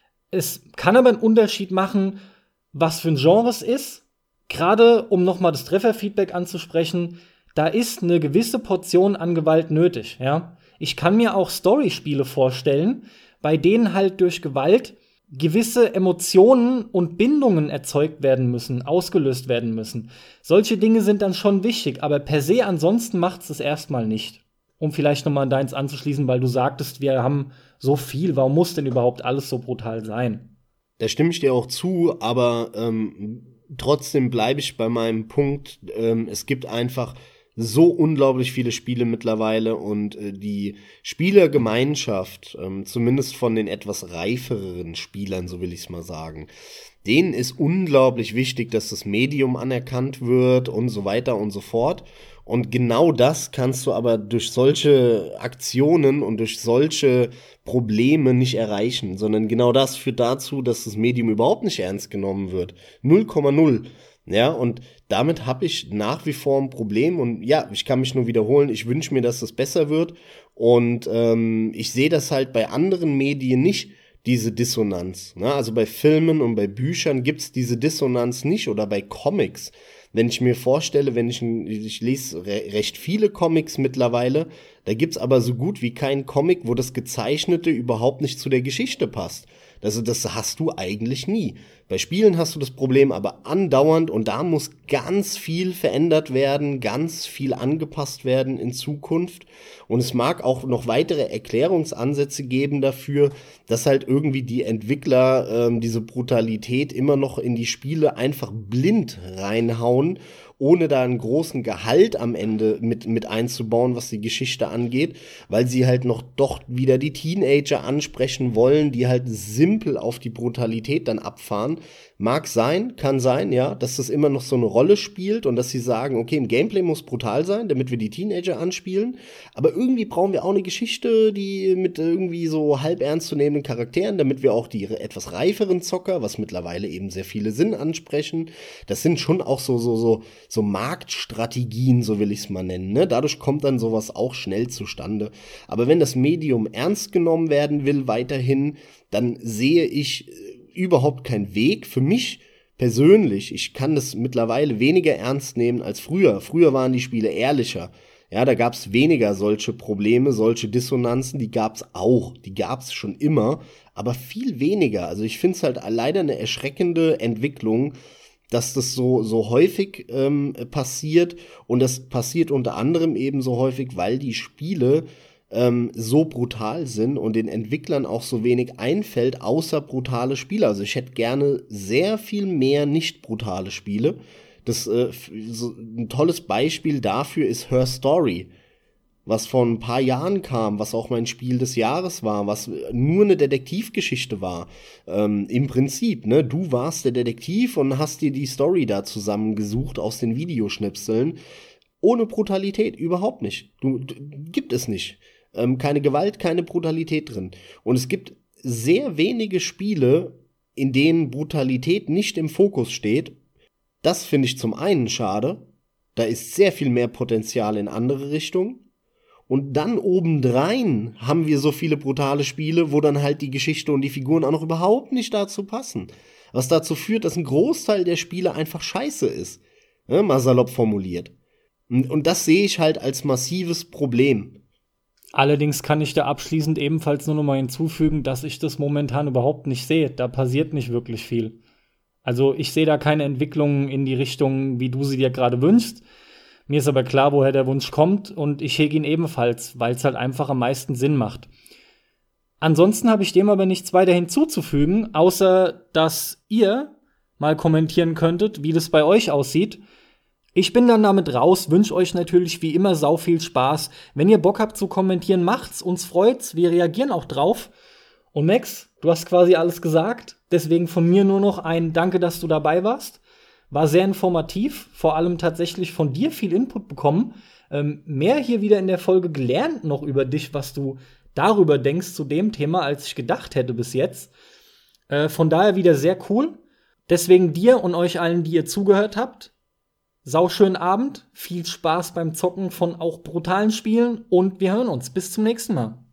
Es kann aber einen Unterschied machen, was für ein Genre es ist. Gerade um nochmal das Trefferfeedback anzusprechen, da ist eine gewisse Portion an Gewalt nötig. Ja? Ich kann mir auch Storyspiele vorstellen, bei denen halt durch Gewalt gewisse Emotionen und Bindungen erzeugt werden müssen, ausgelöst werden müssen. Solche Dinge sind dann schon wichtig, aber per se ansonsten macht es das erstmal nicht. Um vielleicht nochmal an deins anzuschließen, weil du sagtest, wir haben so viel, warum muss denn überhaupt alles so brutal sein?
Da stimme ich dir auch zu, aber ähm, trotzdem bleibe ich bei meinem Punkt, ähm, es gibt einfach so unglaublich viele Spiele mittlerweile und äh, die Spielergemeinschaft, ähm, zumindest von den etwas reiferen Spielern, so will ich es mal sagen, denen ist unglaublich wichtig, dass das Medium anerkannt wird und so weiter und so fort. Und genau das kannst du aber durch solche Aktionen und durch solche Probleme nicht erreichen, sondern genau das führt dazu, dass das Medium überhaupt nicht ernst genommen wird. null Komma null. Ja, und damit habe ich nach wie vor ein Problem und ja, ich kann mich nur wiederholen, ich wünsche mir, dass das besser wird und ähm, ich sehe das halt bei anderen Medien nicht, diese Dissonanz. Ne? Also bei Filmen und bei Büchern gibt's diese Dissonanz nicht oder bei Comics. Wenn ich mir vorstelle, wenn ich, ich lese re- recht viele Comics mittlerweile, da gibt's aber so gut wie keinen Comic, wo das Gezeichnete überhaupt nicht zu der Geschichte passt. Also das hast du eigentlich nie. Bei Spielen hast du das Problem aber andauernd und da muss ganz viel verändert werden, ganz viel angepasst werden in Zukunft. Und es mag auch noch weitere Erklärungsansätze geben dafür, dass halt irgendwie die Entwickler ähm, diese Brutalität immer noch in die Spiele einfach blind reinhauen, ohne da einen großen Gehalt am Ende mit, mit einzubauen, was die Geschichte angeht, weil sie halt noch doch wieder die Teenager ansprechen wollen, die halt simpel auf die Brutalität dann abfahren. Mag sein, kann sein, ja, dass das immer noch so eine Rolle spielt und dass sie sagen, okay, im Gameplay muss brutal sein, damit wir die Teenager anspielen, aber irgendwie brauchen wir auch eine Geschichte, die mit irgendwie so halb ernst zu nehmenden Charakteren, damit wir auch die etwas reiferen Zocker, was mittlerweile eben sehr viele sind, ansprechen. Das sind schon auch so, so, so, so Marktstrategien, so will ich es mal nennen, ne? Dadurch kommt dann sowas auch schnell zustande. Aber wenn das Medium ernst genommen werden will, weiterhin, dann sehe ich überhaupt keinen Weg. Für mich persönlich, ich kann das mittlerweile weniger ernst nehmen als früher. Früher waren die Spiele ehrlicher. Ja, da gab's weniger solche Probleme, solche Dissonanzen, die gab's auch. Die gab's schon immer, aber viel weniger. Also ich finde es halt leider eine erschreckende Entwicklung, dass das so, so häufig ähm, passiert. Und das passiert unter anderem eben so häufig, weil die Spiele ähm, so brutal sind und den Entwicklern auch so wenig einfällt, außer brutale Spiele. Also ich hätte gerne sehr viel mehr nicht brutale Spiele. Das äh, so ein tolles Beispiel dafür ist Her Story, was vor ein paar Jahren kam, was auch mein Spiel des Jahres war, was nur eine Detektivgeschichte war. Ähm, im Prinzip, ne, du warst der Detektiv und hast dir die Story da zusammengesucht aus den Videoschnipseln. Ohne Brutalität, überhaupt nicht. Du, du, gibt es nicht. Ähm, keine Gewalt, keine Brutalität drin. Und es gibt sehr wenige Spiele, in denen Brutalität nicht im Fokus steht. Das finde ich zum einen schade. Da ist sehr viel mehr Potenzial in andere Richtungen. Und dann obendrein haben wir so viele brutale Spiele, wo dann halt die Geschichte und die Figuren auch noch überhaupt nicht dazu passen. Was dazu führt, dass ein Großteil der Spiele einfach scheiße ist. Ja, mal salopp formuliert. Und, und das sehe ich halt als massives Problem.
Allerdings kann ich da abschließend ebenfalls nur noch mal hinzufügen, dass ich das momentan überhaupt nicht sehe. Da passiert nicht wirklich viel. Also ich sehe da keine Entwicklung in die Richtung, wie du sie dir gerade wünschst. Mir ist aber klar, woher der Wunsch kommt und ich hege ihn ebenfalls, weil es halt einfach am meisten Sinn macht. Ansonsten habe ich dem aber nichts weiter hinzuzufügen, außer dass ihr mal kommentieren könntet, wie das bei euch aussieht. Ich bin dann damit raus, wünsche euch natürlich wie immer sau viel Spaß. Wenn ihr Bock habt zu kommentieren, macht's, uns freut's, wir reagieren auch drauf. Und Max, du hast quasi alles gesagt, deswegen von mir nur noch ein Danke, dass du dabei warst. War sehr informativ, vor allem tatsächlich von dir viel Input bekommen. Ähm, mehr hier wieder in der Folge gelernt noch über dich, was du darüber denkst zu dem Thema, als ich gedacht hätte bis jetzt. Äh, von daher wieder sehr cool. Deswegen dir und euch allen, die ihr zugehört habt, sauschönen Abend, viel Spaß beim Zocken von auch brutalen Spielen und wir hören uns. Bis zum nächsten Mal.